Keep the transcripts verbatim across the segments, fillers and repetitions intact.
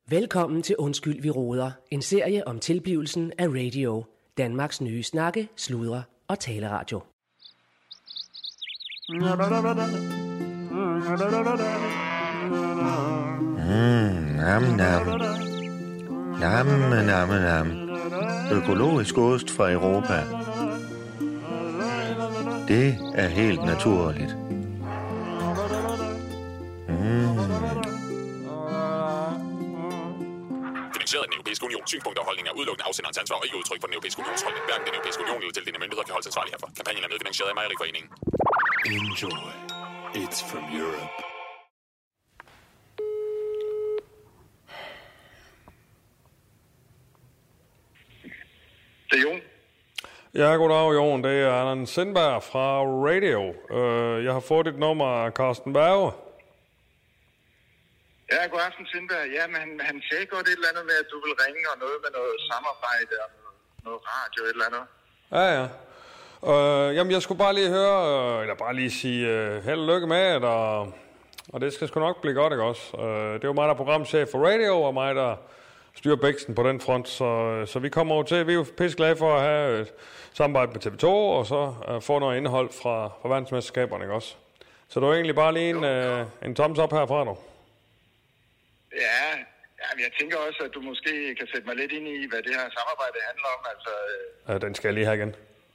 Velkommen til Undskyld, vi råder. En serie om tilblivelsen af radio. Danmarks nye snakke, sludre og taleradio. Mm, nam, nam. Nam, nam, nam. Økologisk ost fra Europa. Det er helt naturligt. Finansieret af den europæiske union. Synspunkter og holdninger er udelukkende afsenderens ansvar og ikke udtryk for den europæiske unions holdning. Hverken den europæiske union eller tildelte myndigheder kan holdes ansvarlige herfor. Kampagnen er medfinansieret af Mejeriforeningen. Enjoy. It's from Europe. Det er Jon. Ja, goddag, Jon. Det er Allan Sindberg fra Radio. Uh, jeg har fået et nummer af Carsten Berge. Ja, god aften, Sindberg. Ja, men han, han sagde godt et eller andet med, at du vil ringe og noget med noget samarbejde og noget, noget radio et eller andet. Ja, ja. Uh, jamen, jeg skulle bare lige høre, uh, eller bare lige sige uh, held og lykke med det, og, og det skal sgu nok blive godt, ikke også? Uh, det er jo mig, der er programchef for Radio, og mig, der styrer bæksten på den front, så, så vi kommer over til, vi er jo pisse glade for at have et samarbejde med T V to, og så uh, få noget indhold fra, fra verdensmesterskaberne, ikke også? Så det er egentlig bare lige en, uh, en thumbs up herfra, du. Ja, ja, men jeg tænker også, at du måske kan sætte mig lidt ind i, hvad det her samarbejde handler om. Altså, Ja, den skal jeg lige have igen.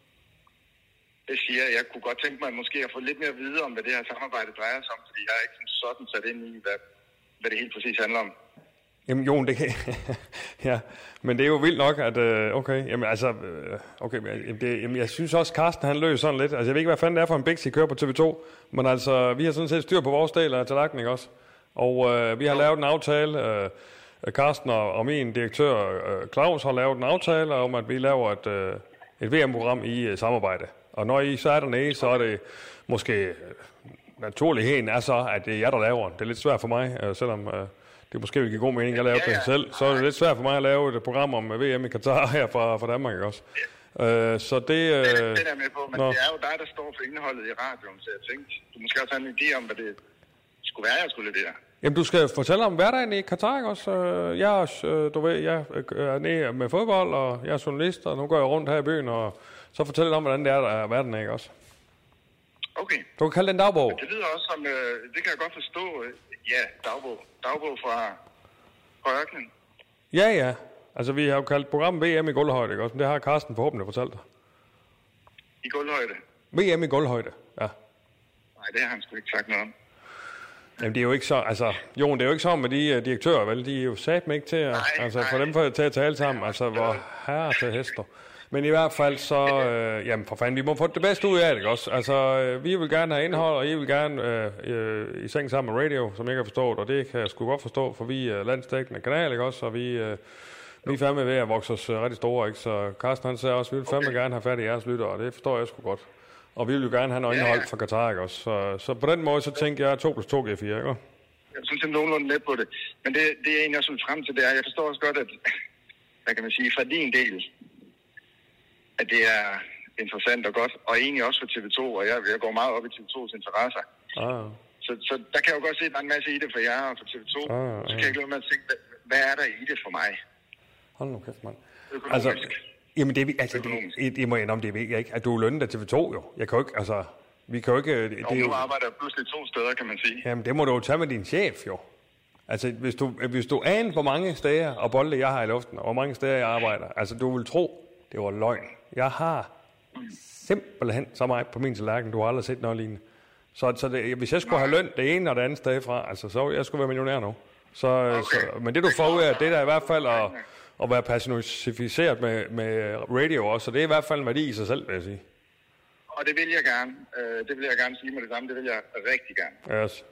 det siger jeg. Jeg kunne godt tænke mig måske at få lidt mere at vide om, hvad det her samarbejde drejer sig om, fordi jeg er ikke sådan sat ind i, hvad, hvad det helt præcis handler om. Jamen, Jon, det kan ja, men det er jo vildt nok, at øh, okay, jamen altså, øh, okay, men det, jamen, jeg synes også, Carsten, han løser sådan lidt. Altså, jeg ved ikke, hvad fanden det er for en bæks, I kører på T V to, men altså, vi har sådan set styr på vores del af tallerkenen, også? Og øh, vi har lavet en aftale, øh, Carsten og, og min direktør øh, Claus har lavet en aftale om, at vi laver et, øh, et V M-program i øh, samarbejde. Og når I så er dernede, så er det måske øh, naturligheden er så, at det er jer, der laver den. Det er lidt svært for mig, øh, selvom øh, det måske vil give god mening, at jeg laver det selv. Så er det lidt svært for mig at lave et program om V M i Katar her fra, fra Danmark, ikke også? Øh, så det... Øh, Det er det er med på, men nå. det er jo dig, der står for indholdet i radioen, så jeg tænkte, du måske også have en idé om, hvad det skulle være, jeg skulle levere. Jamen, du skal fortælle om hverdagen i Katar, ikke også? Øh, Jeg, øh, du ved, jeg er nede med fodbold, og jeg er journalist, og nu går jeg rundt her i byen, og så fortæl lidt om, hvordan det er, der er verden, ikke også? Okay. Du kan kalde det en dagbog. Det lyder også som, øh, det kan jeg godt forstå, øh, ja, dagbog. Dagbog fra, fra ørkenen. Ja, ja. Altså, vi har jo kaldt programmet V M i gulvhøjde, ikke også? Men det har Carsten forhåbentlig fortalt dig. I gulvhøjde. V M i gulvhøjde, ja. Nej, det har han sgu ikke sagt noget om. Jamen, det er jo ikke så, altså, Jon, det er jo ikke sådan med de uh, direktører, vel? De er jo satme ikke til at, Nej, altså, nej. for dem for, til at tale sammen, altså, hvor herre til hester. Men i hvert fald så, øh, jamen for fanden, vi må få det bedste ud af det, ikke også? Altså, øh, vi vil gerne have indhold, og I vil gerne øh, øh, i seng sammen med radio, som jeg kan forstå, og det kan jeg sgu godt forstå, for vi er landsdækkende kanal, ikke også? Og vi, øh, vi er fandme ved at vokse os øh, rigtig store, ikke? Så Carsten, han sagde også, vi vil fandme okay. gerne have fat i jeres lyttere, og det forstår jeg sgu godt. Og vi vil jo gerne have noget Ja, indhold ja. fra Katar, ikke også? Så, så på den måde, så tænker jeg to plus to giver fire, ikke? Jeg synes, jeg er nogenlunde med på det. Men det, det er egentlig også ud frem til, det er, jeg forstår også godt, at, hvad kan man sige, fra din del, at det er interessant og godt, og egentlig også for T V to, og jeg, jeg går meget op i T V tos interesser. Ah. Så, så der kan jeg jo godt se, at der er en masse i det for jer og for T V to. Ah, så kan jeg ikke lade med at tænke, hvad, hvad er der i det for mig? Hold nu kæft, mand. Økonomisk. Altså, jamen det, er vi- altså, Økonomisk. det, det må jeg indrømme, det ved jeg ikke, at du er lønnet af T V to, jo. Jeg kan jo ikke, altså, vi kan jo ikke, det, det Og er nu jo, arbejder jeg pludselig to steder, kan man sige. jamen det må du jo tage med din chef, jo. Altså, hvis du, hvis du aner, hvor mange steder og bolde jeg har i luften, og hvor mange steder jeg arbejder, altså, du vil tro, det var løgn. Jeg har simpelthen så meget på min tallerken, du har aldrig set noget lignende. Så, så det, hvis jeg skulle have løn det ene og det andet sted fra, altså, så jeg skulle være millionær nu. Så, okay. så, men det du får ud af, det der er i hvert fald at, at være personificeret med, med radio også, så det er i hvert fald en værdi i sig selv, vil jeg sige. Og det vil jeg gerne. Øh, det vil jeg gerne sige med det samme. Det vil jeg rigtig gerne. Yes.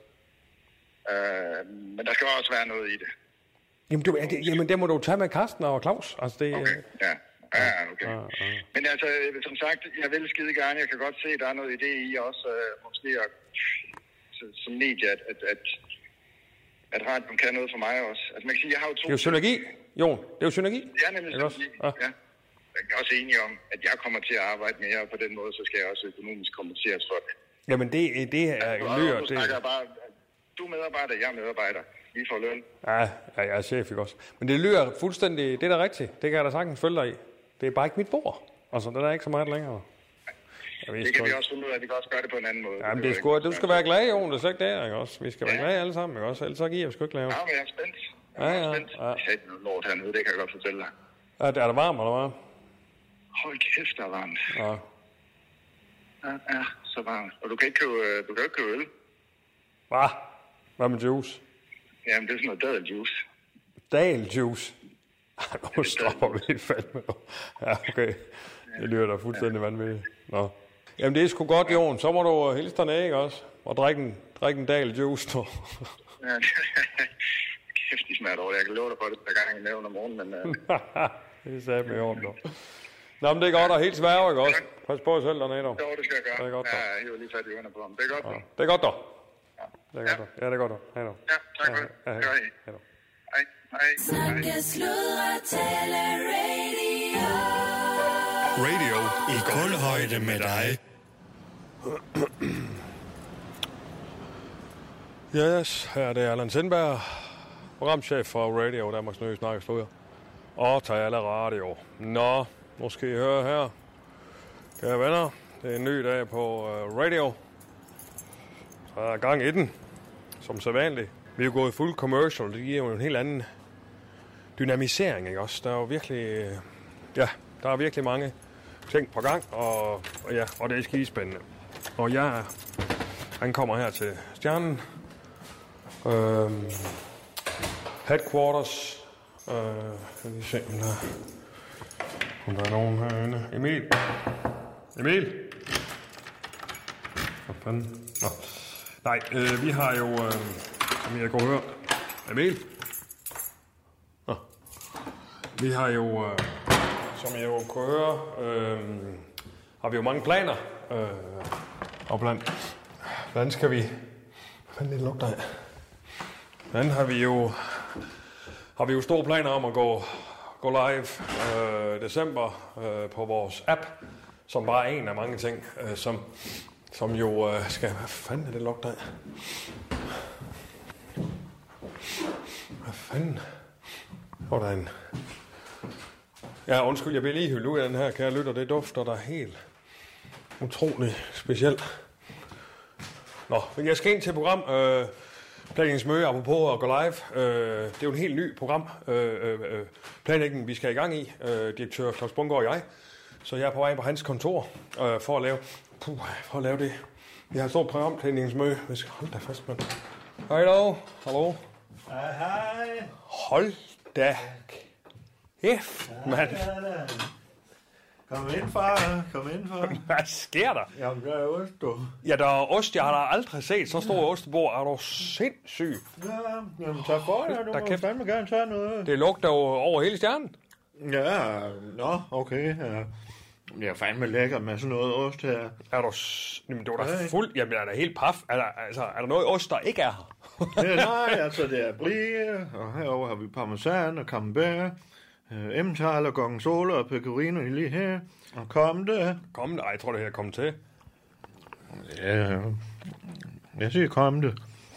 Øh, men der skal også være noget i det. Jamen, du, det, jamen, det må du tage med Carsten og Claus. Altså, det, Okay, ja. Ja, okay. Ja, ja. Men altså, som sagt, jeg vil skide gerne. Jeg kan godt se, at der er noget idé i også, øh, måske at, så- som medie, at, at, at, at radioen kan noget for mig også. Altså, man kan sige, jeg har jo to... Det er jo synergi, Jon. Det er jo synergi. Det er nemlig Ikke også? synergi, Ja. ja. Jeg er også enig om, at jeg kommer til at arbejde mere, og på den måde, så skal jeg også økonomisk kompenseres for det. Jamen, det, det er Og lyder... nu Det, snakker jeg bare... Du er medarbejder, jeg er medarbejder. lige får løn. Ja, ja, jeg er chef, ikke også? Men det lyder fuldstændig, det er da rigtigt. Det kan jeg da sagtens følge dig i. Det er bare ikke mit bord. Altså, det er ikke så meget længere. Jeg det kan vi også finde ud af, vi kan også gøre det på en anden måde. Jamen, det er sgu, du skal være glad, Jon, det er slet ikke det, ikke også? Vi skal ja. være glade alle sammen, ikke også? Ellers så giver jeg sgu ikke lave. Ja, men jeg er spændt. Jeg ja, er ja, spændt. ja. Jeg sagde noget lort hernede, det kan jeg godt fortælle dig. Ja, er der varmt, eller hvad? Hold kæft, der er varmt. Ja. Ja, ja, så varmt. Og du kan ikke købe, du kan ikke købe øl. Hvad? Hvad med juice? Jamen, det er sådan noget dadeljuice. Dadeljuice? Nu stopper vi helt fandme. Ja, okay. Det lyder da fuldstændig vanvittigt. Nå. Jamen, det er sgu godt, Jon. Så må du hilse dernede, ikke også? Og drikke en, drikke en dadeljuice, du. Ja, kæft, de smager dårligt. Jeg kan love dig for det, der gang i maven om morgenen, men... Uh... det er satme i orden, du. Nå, men det er godt at helt sværge, ikke også? Pas på jer selv dernede, du. Jo, det skal jeg gøre. Det er godt, ja, jeg hiver lige fat i ørerne på ham. Det er godt, ja. du. Det er godt, du. Ja. Det er godt, du. Ja, det er godt, du. Hej, du. Ja, tak for det. Ja, hej. Hej. Hej, du. Hej. Hej. Snakke, sludre, tale, radio. Radio i kulhøjde med dig. Yes, her er det Allan Sindberg, programchef for Radio, Danmarks Nye Snakke Sludre. Og Tale Radio. Nå, nu skal I høre her. Kære venner, det er en ny dag på uh, radio. Så er gang i den, som sædvanligt. Vi er jo gået fuld commercial, det giver jo en helt anden dynamisering, ikke også? Der er jo virkelig, ja, der er virkelig mange ting på gang, og, og ja, og det er skidespændende. Og jeg, han kommer her til Stjernen. Øhm, headquarters. Øh, kan vi se, om der, om der er nogen herinde. Emil? Emil? Hvad fanden? Nå. Nej, øh, vi har jo, øh, som jeg kunne høre, Emil? Nå. Vi har jo, øh, som jeg jo kunne høre, øh, har vi jo mange planer. Øh, og blandt, blandt skal vi, hvad fanden det lugter af? Blandt har vi jo, har vi jo store planer om at gå, gå live øh, december øh, på vores app, som bare er en af mange ting, øh, som, som jo øh, skal... Hvad fanden er det lugter af? Hvad fanden? Hvor er der en... Ja, undskyld, jeg bliver lige hyldt ud af den her, kære lytter. Det dufter der helt utroligt specielt. Nå, men jeg skal ind til program... Øh, Planlægningsmøde, apropos at gå live. Øh, det er jo en helt ny program. Øh, øh, planlægningen, vi skal i gang i. Øh, direktør Claus Bundgaard og jeg. Så jeg er på vej på hans kontor øh, for at lave... Puh, for at lave det. Vi har et stort programplanlægningsmøde. Vi skal holde da fast, mand. Hej då. Hallo. Hej, hej. Hold da kæft, mand. Kom ind, far. Kom ind, far. Hvad sker der? Jamen, der er ost, du. Ja, der er ost. Jeg har da aldrig set så stor ostebord. Er du sindssyg? Ja, jamen, tak for det. Du må kæft. fandme gerne tage noget. Det lugter jo over hele Stjernen. Ja, nå, okay. Ja. Det er fandme lækkert med sådan noget ost her. Er du... S- Jamen, det var da fuld... Jamen, er der helt paf? Er der, altså, er der noget ost, der ikke er her? Ja, nej, altså, det er brie, og herover har vi parmesan og camembert, øh, emmentaler og gorgonzola og pecorino lige her. Og komte. Komte? Ej, jeg tror, det her kommer til. Ja, jeg siger komte.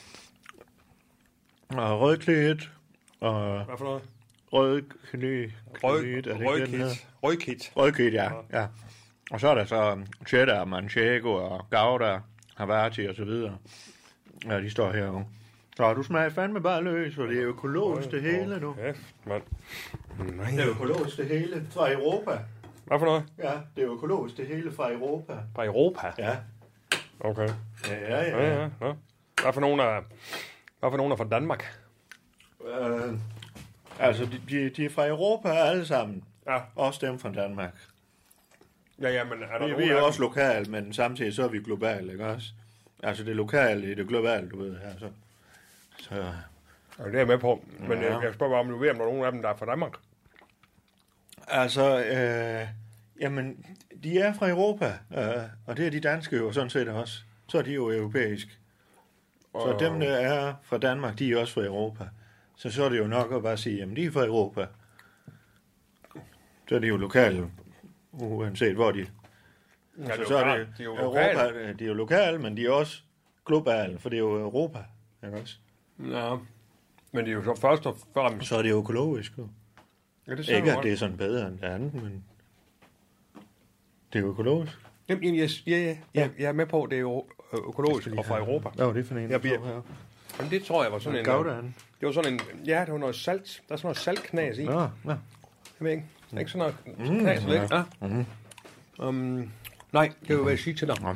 Og rødklædt. Og hvad for noget? Rødklædt. Rød, rødkit. Rødkit. Rødkit, ja. ja. Og så er der så cheddar, manchego og gouda, havarti og så videre. Ja, de står her. Så du smager fandme bare løs, for det er økologisk det hele nu. Kæft, mand. Nej. Det er økologisk det hele fra Europa. Hvad for noget? Ja, det er økologisk det hele fra Europa. Fra Europa? Ja. Okay. Ja, ja, ja. ja, ja, ja. Hvad for nogen er, hvad for nogen er fra Danmark? Øh, altså, de, de, de er fra Europa alle sammen. Ja. Også dem fra Danmark. Ja, ja, men er der vi, nogen vi er af også lokale, men samtidig så er vi globale, ikke også? Altså, det lokale i det globale, du ved her, så... så ja, det er jeg med på, men ja. jeg, jeg spørger bare, om du ved, om der er nogen af dem, der er fra Danmark? Altså, øh, jamen, de er fra Europa, øh, og det er de danske jo sådan set også. Så er de jo europæisk. Så dem, der er fra Danmark, de er også fra Europa. Så så er det jo nok at bare sige, jamen, de er fra Europa. Så er de jo lokale, uanset hvor de... Ja, så, det er så er klart, det de er jo Europa, lokale. de er jo lokale, men de er også globale, for det er jo Europa, ikke også? Ja. Men det er jo så først og fremmest... Så er det jo økologisk. Jo. Ja, det Ikke, at godt. det er sådan bedre end det andet, men det er jo økologisk. Jamen, jeg, ja, ja, ja, jeg er med på, at det er jo økologisk og fra Europa. Hvad var det for en? Jeg bliver... Jamen, det tror jeg var sådan en... Goudaen. Det var sådan en... Ja, det var noget salt. Der er sådan noget saltknas i. Nå, nå. Jeg ved ikke. Der er ikke sådan noget knas, mm, ja. Ja. Mm. Um, nej, det var, hvad jeg sige til dig. Mm.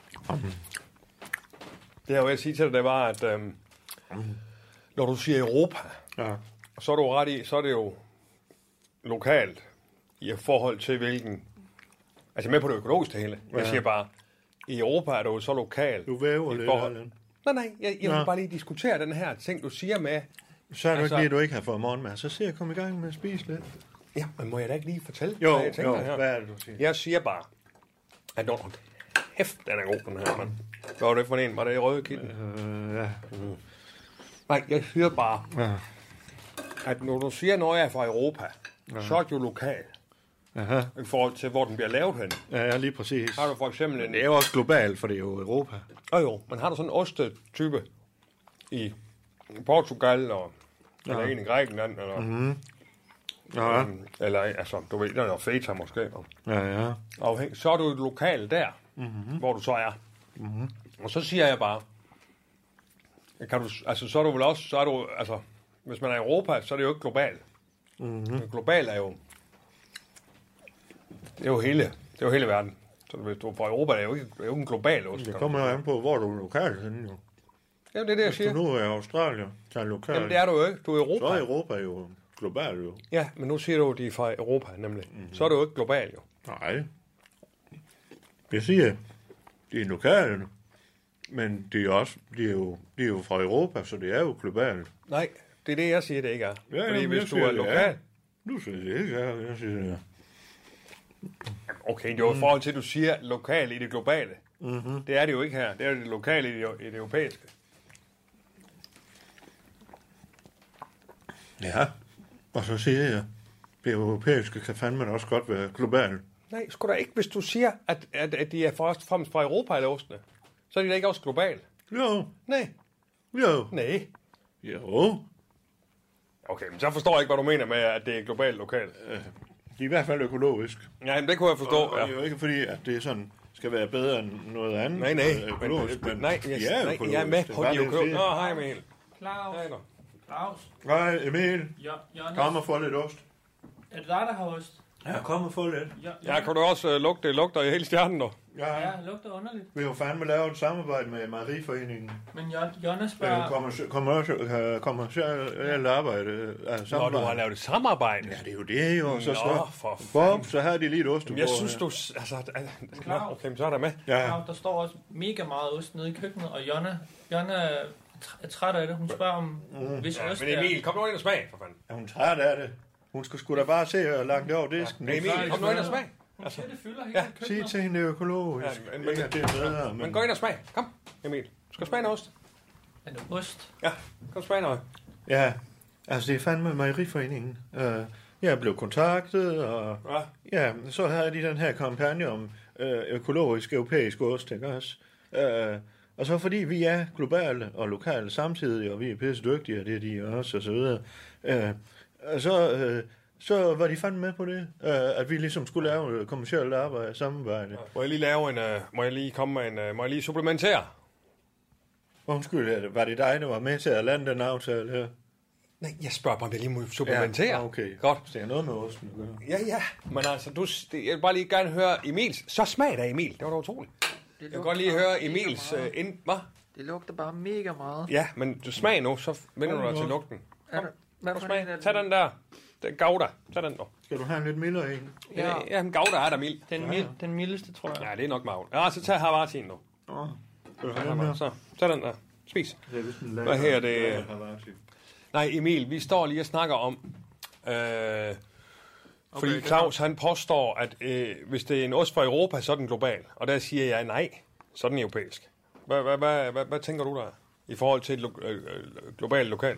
Det, jeg vil sige til dig, det var, at um, når du siger Europa, ja. så er du ret i, så er det jo lokalt i forhold til hvilken... Altså med på det økologiske hele. Jeg ja. siger bare, i Europa er du jo så lokal. Du væver lidt. Forhold... Nej, nej, jeg, jeg vil bare lige diskutere den her ting, du siger med... Så er det altså... ikke lige, du ikke har fået morgenmad. Så ser jeg komme i gang med at spise lidt. Ja, men må jeg da ikke lige fortælle, jo, hvad jeg tænker jo, her? hvad er det, du siger? Jeg siger bare, at når hæft, den er god, den her, mand. Hvad var det for en? Var det i røde kilden? Øh, ja. Mm. Nej, jeg siger bare, ja. at når du siger, når jeg er fra Europa, ja. så er det jo lokalt. Aha. I forhold til, hvor den bliver lavet hen. Ja, ja, lige præcis. Har du for eksempel en... Det er jo også globalt, for det er jo Europa. Jo jo, men har du sådan en ostetype i Portugal, og, ja. eller en i Grækenland, eller... Mm-hmm. Ja. Um, eller, altså, du ved, der er noget feta måske. Og, ja, ja. Afhæng, så er du et lokal der, mm-hmm. hvor du så er. Mm-hmm. Og så siger jeg bare, kan du, altså, så er du vel også, så er du, altså, hvis man er i Europa, så er det jo ikke globalt. Mm-hmm. Global er jo, det er jo hele, det er jo hele verden. Så hvis du er fra Europa, det er jo ikke, det er jo ikke en global ost. Det kommer jo an på, hvor du er lokal henne, jo. Ja, det er det, jeg hvis siger. Hvis du nu er i Australien, så er lokal. Jamen, det er du jo ikke. Du er i Europa. Så er Europa jo global, jo. Ja, men nu siger du, at de er fra Europa, nemlig. Mm-hmm. Så er det jo ikke global, jo. Nej. Jeg siger, de er lokale, men de er, også, de er, jo, de er jo fra Europa, så det er jo globalt. Nej, det er det, jeg siger, det ikke er. Ja, fordi jamen, hvis du er lokal... Ja. Du siger det ikke er, jeg siger det er. Okay, det er jo i forhold til, at du siger lokal i det globale. Mm-hmm. Det er det jo ikke her. Det er det lokale i det, i det europæiske. Ja, og så siger jeg, det europæiske kan fandme også godt være globalt. Nej, sgu da ikke, hvis du siger, at, at, at de er først og fremmest fra Europa eller ostene. Så er de da ikke også globalt. Jo. Nej. Jo. Nej. Jo. Okay, men så forstår jeg ikke, hvad du mener med, at det er globalt lokalt. Øh, de er i hvert fald økologisk. Ja, men det kunne jeg forstå. Og, og ja. det er jo ikke fordi, at det sådan skal være bedre end noget andet. Nej, nej. Økologisk, men, men, nej, jeg, de er nej, økologisk. jeg er med på de økologiske. Nå, hej Emil. Claus. Hej, Claus. Nej, Emil. Jo, Jonas. Kom og få lidt ost. Er det dig, der har ost? Ja, kom og få lidt. Ja, ja kan du også uh, lugte, det lugter i hele stjernen, du? Ja, ja det lugter underligt. Vi har jo fandme lavet et samarbejde med Mejeriforeningen. Men Jonas spørger... Det er jo kommercielt arbejde. Altså, Nå, du har lavet et samarbejde? Ja, det er jo det, jo. Så, Nå, så, for bum, så har de lige et ost. Jeg synes, du... Altså, Claus, okay, så er der med. Ja. Claus, der står også mega meget ost nede i køkkenet, og Jonna, Jonna er træt af det. Hun spørger om, mm. hvis ja, ost men Emil, kom nu ind og smag, for fanden. Er hun træt af det? Hun skulle sgu da bare se og lagt det over disken. Ja, Emil, kom nu ind og smag. Hun siger, det fylder hele ja. køkkenet. Sig til hende økologisk. Ja, men, ikke, det er bedre. Men... men gå ind og smag. Kom, Emil. Du skal smage noget ost. Er det ost? Ja, kom smage noget. Ja, altså det er fandme Mejeriforeningen. Uh, jeg blev kontaktet, og ja. ja, så havde de den her kampagne om uh, økologisk europæisk ost, ikke også? Uh, og så fordi vi er globale og lokale samtidig, og vi er pisse dygtige, og det er de også, og så videre. Uh, og så... Uh, Så var de fandme med på det, uh, at vi ligesom skulle lave kommercielt arbejde, samarbejde. Ja. Må jeg lige lave en, uh, må jeg lige komme med en, uh, må jeg lige supplementere? Undskyld, var det dig, der var med til at lande den aftale her? Nej, jeg spørger bare, om jeg lige må supplementere. Ja, okay. Godt. Så det er noget med osten. Ja, ja. Men altså, du, det, jeg vil bare lige gerne høre Emils. Så smag da, Emil. Det var da utroligt. Jeg vil godt lige høre Emils uh, ind... Hvad? Det lugter bare mega meget. Ja, men du smag nu, så vender du dig til lugten. Kom, hvad smag. Tag den der. Den Gouda. Tag den nu. Skal du have en lidt mildere en? Ja, ja den Gouda er der mild. Den, mild, den mildeste, tror jeg. Ja, det er nok magl. Ja, så tag Havartien nu. Åh, oh, så tag den der. Spis. Hvad her det? Nej, Emil, vi står lige og snakker om... Øh, fordi okay, Claus, han påstår, at øh, hvis det er en ost fra Europa, så er den global. Og der siger jeg, nej, så er den europæisk. Hvad, hvad, hvad, hvad, hvad tænker du der? I forhold til lo- øh, global lokal?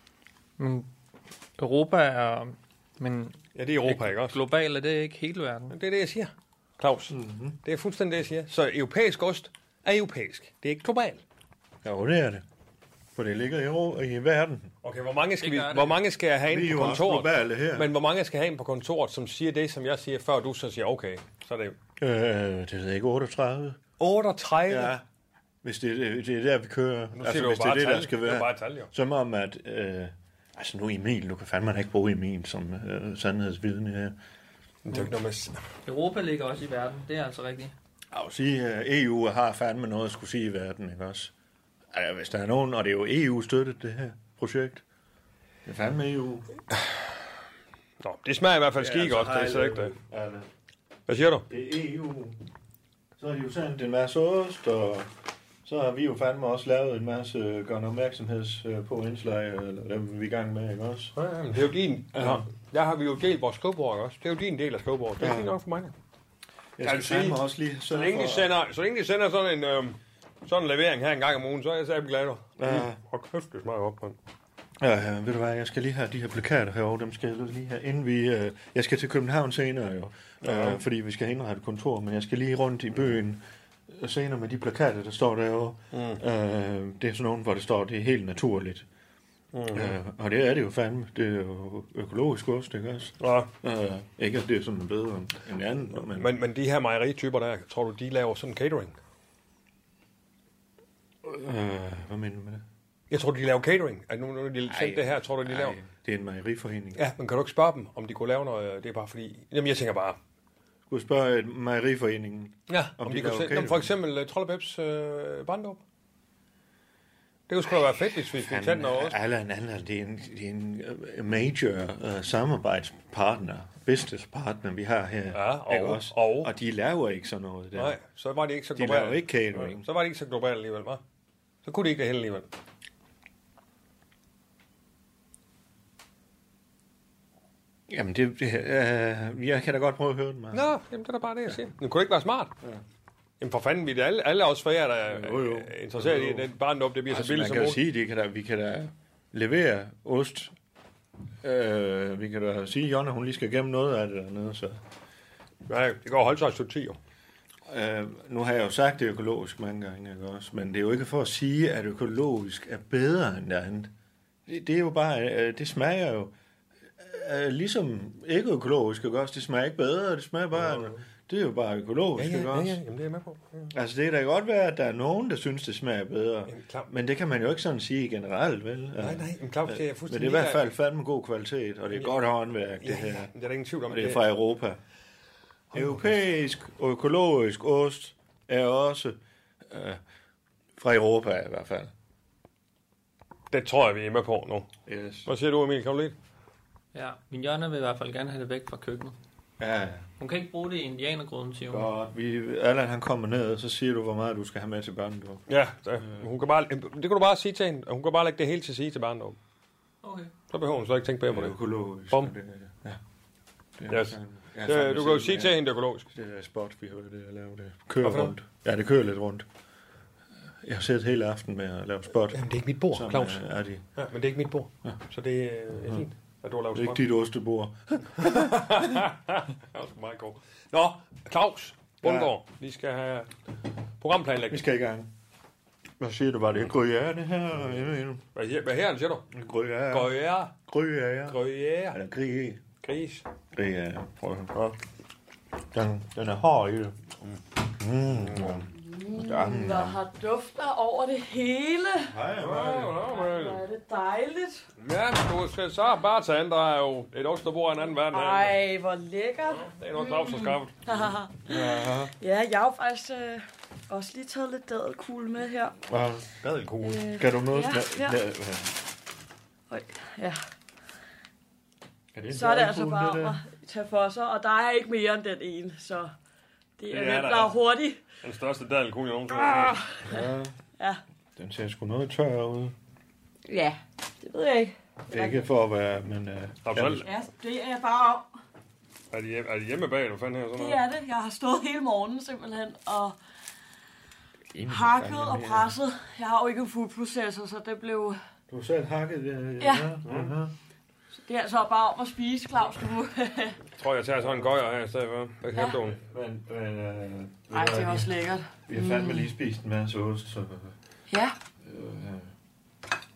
Men Europa er... Men ja, det er Europa, ikke også? Global er det ikke hele verden. Det er det, jeg siger, Claus. Mm-hmm. Det er fuldstændig det, jeg siger. Så europæisk ost er europæisk. Det er ikke global. Jo, det er det. For det ligger i, ro- i verden. Okay, hvor mange skal, vi, Det gør det. hvor mange skal jeg have Vi er ind på jo også kontoret? globale her. Men hvor mange skal jeg have ind på kontoret, som siger det, som jeg siger, før du så siger, okay, så er det jo... Øh, det ved jeg ikke, otteogtredive. otteogtredive? Ja, hvis det, det, det er der, vi kører. Nu siger Altså, du jo hvis det er bare det, der tal. skal Det er være. jo bare tal, jo. Som om, at... Øh, altså nu Emil, du kan fandme ikke bruge Emil som øh, sandhedsvidne her. Det er jo ikke noget med... Europa ligger også i verden. Det er altså rigtigt. Jeg vil sige, at E U har fandme noget at skulle sige i verden, ikke også? Altså, hvis der er nogen, og det er jo E U-støttet, det her projekt. Det er fandme E U. Nå, det smager i hvert fald skig godt, det er så ikke det. Hvad siger du? Det er E U. Så har de jo sendt en masse ost, og så har vi jo fandme også lavet en masse gør opmærksomheds på indslag, eller dem vi er i gang med, ikke også? Ja, men det er jo din... Ja. Der har vi jo delt vores skrivebord, ikke også? Det er jo din del af skrivebordet. Det er Ja. fint nok for mig. Jeg skal sige, fandme også lige... Så længe de sender, så længe de sender sådan en, øhm, sådan en levering her en gang om ugen, så er jeg så glad. Ja. Og kæft, det smager op, mand. Ja, ja, ved du hvad, jeg skal lige have de her plakater herovre, dem skal jeg lige have, inden vi... Øh, jeg skal til København senere jo, Ja. øh, fordi vi skal indrette et kontor, men jeg skal lige rundt i byen senere med de plakater, der står derovre. Mm. Øh, det er sådan nogle, hvor det står, det er helt naturligt. Mm-hmm. Øh, og det er det jo fandme. Det er jo økologisk ost, ikke også? Ja. Øh, ikke at det er sådan bedre end andet, men... Men, men de her mejerityper der, tror du, de laver sådan catering? Øh, hvad mener du med det? Jeg tror, de laver catering. At nu, nu de sendt det her, tror du, de ej, laver... det er en mejeriforening. Ja, men kan du ikke spørge dem, om de kunne lave noget? Det er bare fordi... Jamen, jeg tænker bare... Du kunne spørge et mejeriforeningen. Ja, om, om de, de kunne laver sende... catering. For eksempel uh, Troldebæbs uh, barndåb. Det kunne sgu da være fedt, hvis vi fik tændt noget også. Allan, Allan, det er en, det er en uh, major uh, samarbejdspartner, businesspartner, vi har her. Ja, og- ikke også? og- og de laver ikke sådan noget der. Nej, så var de ikke så De globale. laver ikke catering. Ja, så var de ikke så globale alligevel, hva'? Så kunne de ikke det hele alligevel. Jamen, det, det uh, jeg kan da godt prøve at høre den, Mark. Nå, jamen det er da bare det, jeg siger. Det kunne ikke være smart. Ja. Jamen for fanden, vi er alle, alle os forærer, der er Jo, jo. interesseret Jo, jo. i den barndåb, det bliver Altså, så billigt man som kan jo muligt. sige, det kan da, vi kan da levere ost. Uh, vi kan da sige, at Jonna, hun lige skal gemme noget af det dernede, så... Ja, det går holde sig et stykke ti, jo. Uh, nu har jeg jo sagt, det er økologisk mange gange, ikke også? Men det er jo ikke for at sige, at økologisk er bedre end det andet. Det, det er jo bare, uh, det smager jo uh, ligesom ikke økologisk, ikke også? Det smager ikke bedre, det smager bare, ja, ja. Det er jo bare økologisk, Ja, ja, ikke ja, også? ja, jamen det er jeg med på. Ja. Altså det kan da godt være, at der er nogen, der synes, det smager bedre. Jamen, klar. Men det kan man jo ikke sådan sige generelt, vel? Nej, nej, men Claus, det er Men fuldstændig... det er i hvert fald fandme god kvalitet, og det er Ja. godt håndværk, det Ja, her. ja, det er der ingen tvivl om. Og det er fra Europa. Europæisk og økologisk ost er også øh, fra Europa i hvert fald. Det tror jeg, vi er med på nu. Yes. Hvad siger du, Emil? Kan du lide? Ja, min Jonna vil i hvert fald gerne have det væk fra køkkenet. Ja, Hun kan ikke bruge det i indianergryden, siger hun. godt. Vi, Allan han kommer ned, og så siger du, hvor meget du skal have med til børnedåb. Ja, det, hun kan bare, det kan du bare sige til hende. Hun kan bare lægge det hele til sige til barndåb. Okay. Så behøver hun så ikke tænke bedre på Det er det. økologisk. Bum. og Det, ja. Det er Yes. fandme- jeg er Det, fandme du kan jo sikker- sige til hende, det er økologisk. Det der spot, vi har det at lave det. Kører Hvorfor det? rundt. Ja, det kører lidt rundt. Jeg har siddet hele aften med at lave spot. Jamen, det er ikke mit bord, Sådan, Claus. øh, er de. Ja, men det er ikke mit bord. Ja. Så det er øh, fint, at du har lavet Det er spot. ikke dit ostebord. Det var sgu meget godt. Nå, Claus Bundgaard, vi skal have Vi programplanlægning. skal i gang. Hvad siger du, var det gruyère, det her? Jeg mener, Hvad, her, hvad her siger du? gruyère. Gruyère. Gruyère. Gruyère. Eller gruyère. Gris. Gruyère. Prøv at høre. Den, den er hård i det. Mm. Mm. Der har dufter over det hele. Hej, Nå, nå, Hvor men- er det dejligt. Ja, du skal så bare tage an. Der er jo et ostebord i en anden verden. her. Ej, hvor lækkert. Det er noget, Claus har skaffet. Ja, jeg har jo faktisk øh, også lige taget lidt dadelkugle med her. Ja. Dadelkugle. Øh, Kan du noget? Ja, ja. ja. Øj, ja. Er det en Så er det altså dadelkugle, bare det om der? at tage for sig, og der er ikke mere end den ene, så det er Det er nemt der. og hurtigt. Den største dadelkugle, jeg nogensinde har set. Ja. Ja, Den ser sgu noget tør ud. ja, det ved jeg ikke. Det er ikke for at være, men... Uh, Absolut. Ja, det er bare om. Er de, hjem- er de hjemme bag, eller hvad fanden her? Sådan Det noget? er det. Jeg har stået hele morgenen simpelthen og ja, hakket og presset. Jeg har jo ikke en foodprocessor, så det blev... Du har selv hakket det. Ja. Uh-huh. Det er altså bare om at spise, Claus. Du. Jeg tror, jeg tager sådan en gøjer her i stedet for. Hvad kan Ja. du? Men, men uh, Ej, det er også lækkert. Vi har fandme lige spist en masse ost, så... Ja. Øh,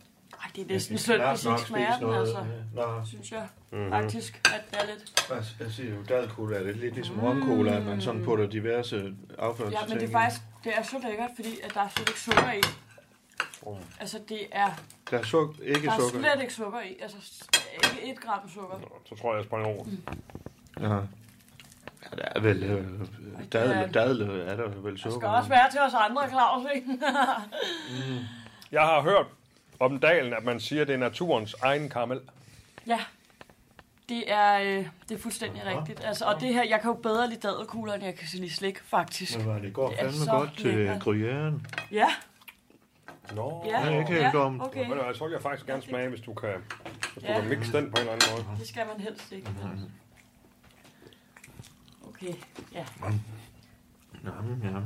det er næsten synd, hvis ikke smager den, altså. Nå. Synes jeg mm-hmm. faktisk, at det er lidt... Jeg siger jo, daddelcola er lidt, lidt ligesom mm. romcola, at man sådan putter diverse afførselsting. Ja, men det er faktisk det er så lækkert, fordi at der er slet ikke sukker i. Mm. Altså, det er... Der er suk- ikke der er sukker slet ikke sukker i. Altså, ikke et gram sukker. Nå, så tror jeg, jeg springer over. Mm. Ja. Ja, der er vel... Øh, dadel, dadel er der vel sukker. Det skal også være til os andre, Claus, ikke? mm. Jeg har hørt om dalen, at man siger, at det er naturens egen karamel. Ja, det er, øh, det er fuldstændig Aha. rigtigt. Altså, og det her, jeg kan jo bedre lide dadelkugler, end jeg kan lide slik, faktisk. Men det går det fandme godt til gruyeren. Ja. Nå, ja. Det er ikke helt dumt. Ja, okay. Ja, så vil jeg faktisk gerne smage, hvis du kan, hvis du ja. kan mixe den på en eller anden måde. Det skal man helst ikke. Mm-hmm. Okay, ja. Nå, ja.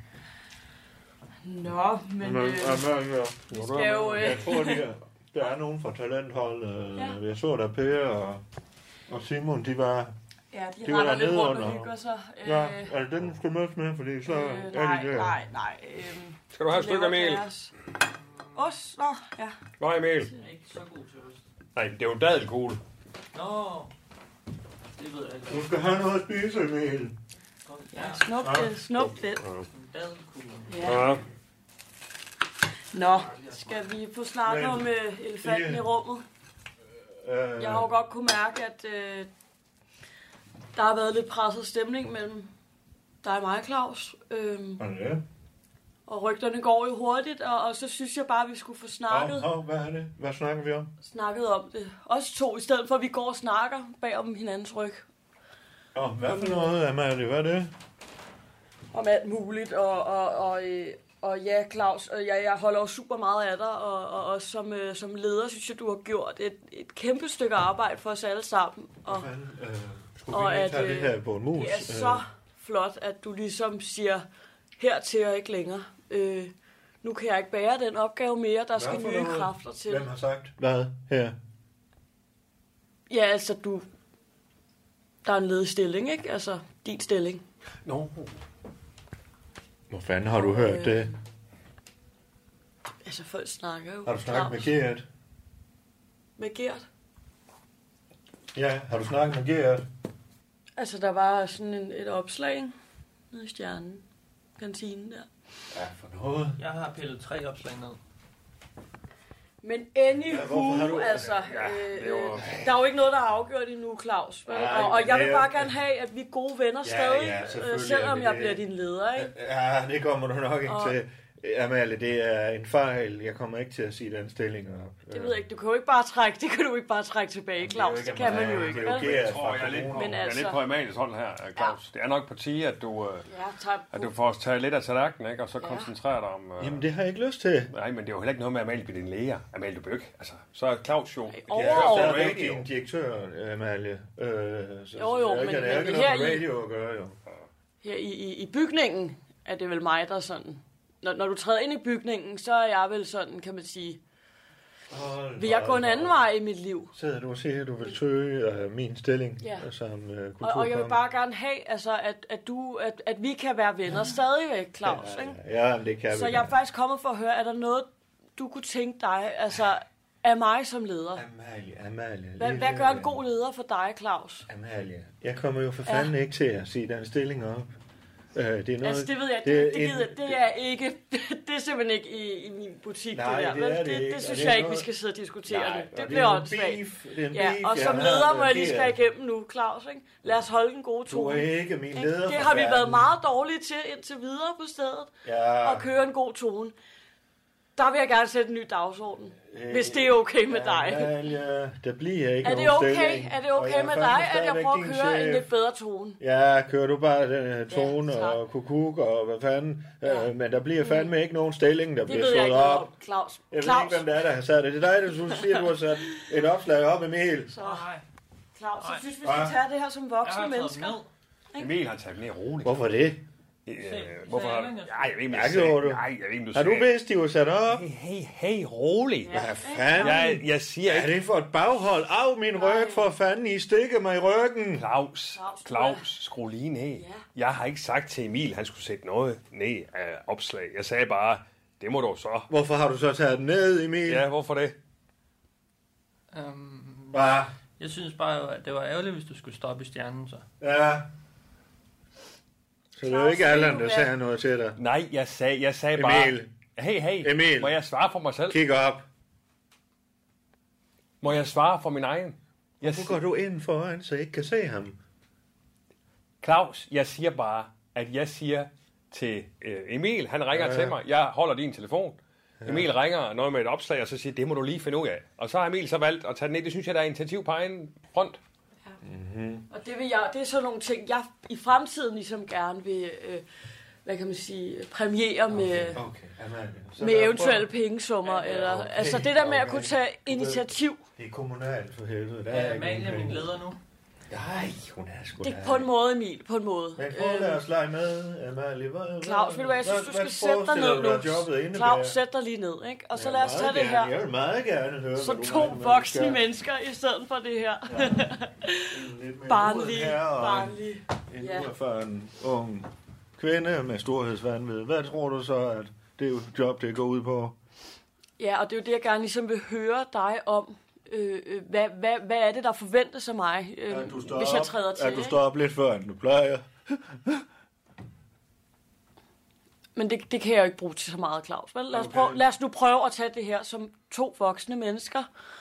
Nå, men... men øh, øh, vi skal jo... Øh, jeg tror, der, der er nogen fra talentholdet. Ja. Jeg så der Per og, og Simon, de var... Ja, de, de render lidt rundt og hygger sig. Ja, er det den, du skal mødes med? Fordi så øh, er nej, de der. Nej, nej, øh, skal du have et stykke mel? Ost? Nå, ja. Nå, mel. Jeg er ikke så god til ost. Nej, det er jo dadelkugle. Nå, det ved jeg ikke. Du skal have noget at spise, Emil. Ja, snup det, snup det. Ja. Ja. Nå, skal vi få snakket om uh, elefanten i rummet? Øh, Jeg har jo godt kunne mærke, at uh, der har været lidt presset stemning mellem dig og mig, Claus. Øhm, ja. Og rygterne går jo hurtigt, og, og så synes jeg bare, at vi skulle få snakket. Oh, oh, hvad er det? Hvad snakker vi om? Snakket om det. Os to, i stedet for at vi går og snakker bag om hinandens ryg. Oh, hvad for noget, Amalie? Hvad er det? Om alt muligt, og, og, og, og ja, Claus, og jeg, jeg holder jo super meget af dig, og, og også som, øh, som leder, synes jeg, du har gjort et, et kæmpe stykke arbejde for os alle sammen. Og, hvad fanden? Øh, skulle og vi ikke at, tage det her på en mus? Det er så flot, at du ligesom siger, hertil og ikke længere. Øh, nu kan jeg ikke bære den opgave mere, der skal nye noget? kræfter til. Hvem har sagt hvad her? Ja, altså du... Der er en ledig stilling, ikke? Altså, din stilling. Nå. No. Hvor fanden har du og, hørt øh, det? Altså, folk snakker jo. Har du snakket med Gert? Med Gert? Ja, har du snakket med Gert? Altså, der var sådan en, et opslag nede i Stjernen. Kantinen der. Ja, for noget. Jeg har pillet tre opslag ned. Men anywho, ja, du... altså, ja, øh, jo... der er jo ikke noget, der er afgjort endnu, Claus. Ej, og, og jeg vil det... bare gerne have, at vi er gode venner ja, stadig, ja, øh, selvom jeg det... bliver din leder, ikke? Ja, det kommer du nok ikke og... til. Amalie, det er en fejl. Jeg kommer ikke til at sige den stilling op. Det ved jeg ikke. Du kan jo ikke bare trække, det kan du ikke bare trække tilbage, Claus. Det, det kan man jo ikke. Det er jo jeg tror, jeg er lidt på, Men altså... jeg er lidt på Amalies hånd her, Claus. Ja. Det er nok på tide, at du, ja, at du får os taget lidt af tallerkenen, ikke? Og så ja. koncentrere dig om... Uh... Jamen, det har jeg ikke lyst til. Nej, men det er jo heller ikke noget med, at Amalie bliver din læger. Amalie, du bliver ikke. Altså, så er Claus jo... Jeg er ikke en direktør, Amalie. Øh, så, jo, jo, men, men det er ikke noget med radio at gøre, jo. Her i, i, i bygningen er det vel mig, der sådan... Når, når du træder ind i bygningen, så er jeg vel sådan, kan man sige... Hold vil jeg gå en anden vej i mit liv? Sidder du og siger, at du vil søge uh, min stilling ja. som uh, kulturkonge? Og, og jeg vil bare gerne have, altså, at, at, du, at, at vi kan være venner ja. stadigvæk, Claus. Ja, ikke? ja, ja, det kan vi. Så jeg er faktisk kommet for at høre, er der noget, du kunne tænke dig, altså, af mig som leder? Amalie, Amalie. Hvad, hvad gør en god leder for dig, Claus? Amalie, jeg kommer jo for fanden ja. ikke til at sige den stilling op. Uh, det er noget, altså det ved jeg, det, det, det, gider, det er ikke, det er simpelthen ikke i, i min butik, nej, det der. Det, det, det, det synes jeg ikke, noget... vi skal sidde og diskutere nej, det. Det og bliver åndssvagt. Ja, og som leder må jeg lige skal igennem nu, Claus. Ikke? Lad os holde en god tone. Du er ikke min leder. Det har vi været meget dårlige til indtil videre på stedet. Ja. Og køre en god tone. Der vil jeg gerne sætte en ny dagsorden. Øh, hvis det er okay med ja, dig. Ja, det bliver ikke er det okay? Stilling. Er det okay med dig, at jeg prøver at køre chef. en lidt bedre tone? Ja, kører du bare den uh, tone ja, og kukuk og hvad fanden. Ja. Uh, men der bliver fandme mm. ikke nogen stilling, der det bliver slået op. Om. Claus. Jeg Claus. ved ikke, hvem det er, der har sat det. Det er dig, der siger, du har sat et opslag op, Emil. Så, Claus, jeg synes, vi skal tage det her som voksne mennesker. Emil har taget mere roligt. Hvorfor det? Øh, hvorfor har du... Nej, jeg ved ikke, jeg sagde... Nej, jeg ved ikke, du Har du vidst, de var sat op? Hey, hey, hey, rolig. Ja. Hvad fanden? Jeg, jeg siger ikke... Er det for et baghold? Af min ryg, for fanden, I stikker mig i ryggen. Claus, Claus, skru lige ned. Ja. Jeg har ikke sagt til Emil, han skulle sætte noget ned af opslag. Jeg sagde bare, det må du så. Hvorfor har du så taget den ned, Emil? Ja, hvorfor det? Um, Hvad? Jeg synes bare, at det var ærgerligt, hvis du skulle stoppe i stjernen, så. Ja. Så det er jo ikke Allan, der sagde noget til dig. Nej, jeg sagde, jeg sagde Emil. bare... Hey, hey, Emil. må jeg svare for mig selv? Kig op. Må jeg svare for min egen? Jeg Hvorfor går du ind foran, så jeg ikke kan se ham? Claus, jeg siger bare, at jeg siger til øh, Emil, han ringer Ja. til mig, jeg holder din telefon. Ja. Emil ringer noget med et opslag, og så siger, det må du lige finde ud af. Og så har Emil så valgt at tage den ind. Det synes jeg, der er initiativ på egen front. Mm-hmm. Og det, vil jeg, det er sådan nogle ting, jeg i fremtiden ligesom gerne vil, øh, hvad kan man sige, præmiere med, Okay, okay. med eventuelle pengesummer. Ja, Eller, okay, altså det der med at okay. kunne tage initiativ. Det er kommunalt for helvede. Der Ja, er ikke Amalie nogen er min penge. leder nu. Nej, hun er sgu Det da- er på en måde, Emil, på en måde. Men prøv at lade os lege med, Amalie. Hvad, Claus, ved du hvad, jeg synes, du skal sætte dig ned nu. Claus, sæt dig lige ned, ikke? Og så lad os tage det her. Jeg vil meget gerne høre, Så hvad du to mener, hvad vi voksne skal. mennesker i stedet for det her. Lidt mere Barnlige, moden her, og barnlige. En Ja. uerfaren ung kvinde med storhedsvanvid. Hvad tror du så, at det job, det går ud på? Ja, og det er jo det, jeg gerne ligesom vil høre dig om. Øh, øh, hvad, hvad, hvad er det, der forventes af mig, øh, At du står hvis jeg op- træder til? At du ikke? står op lidt før, end du plejer. Men det, det kan jeg jo ikke bruge til så meget, Claus. Vel? Lad, os Okay. prøve, lad os nu prøve at tage det her som to voksne mennesker.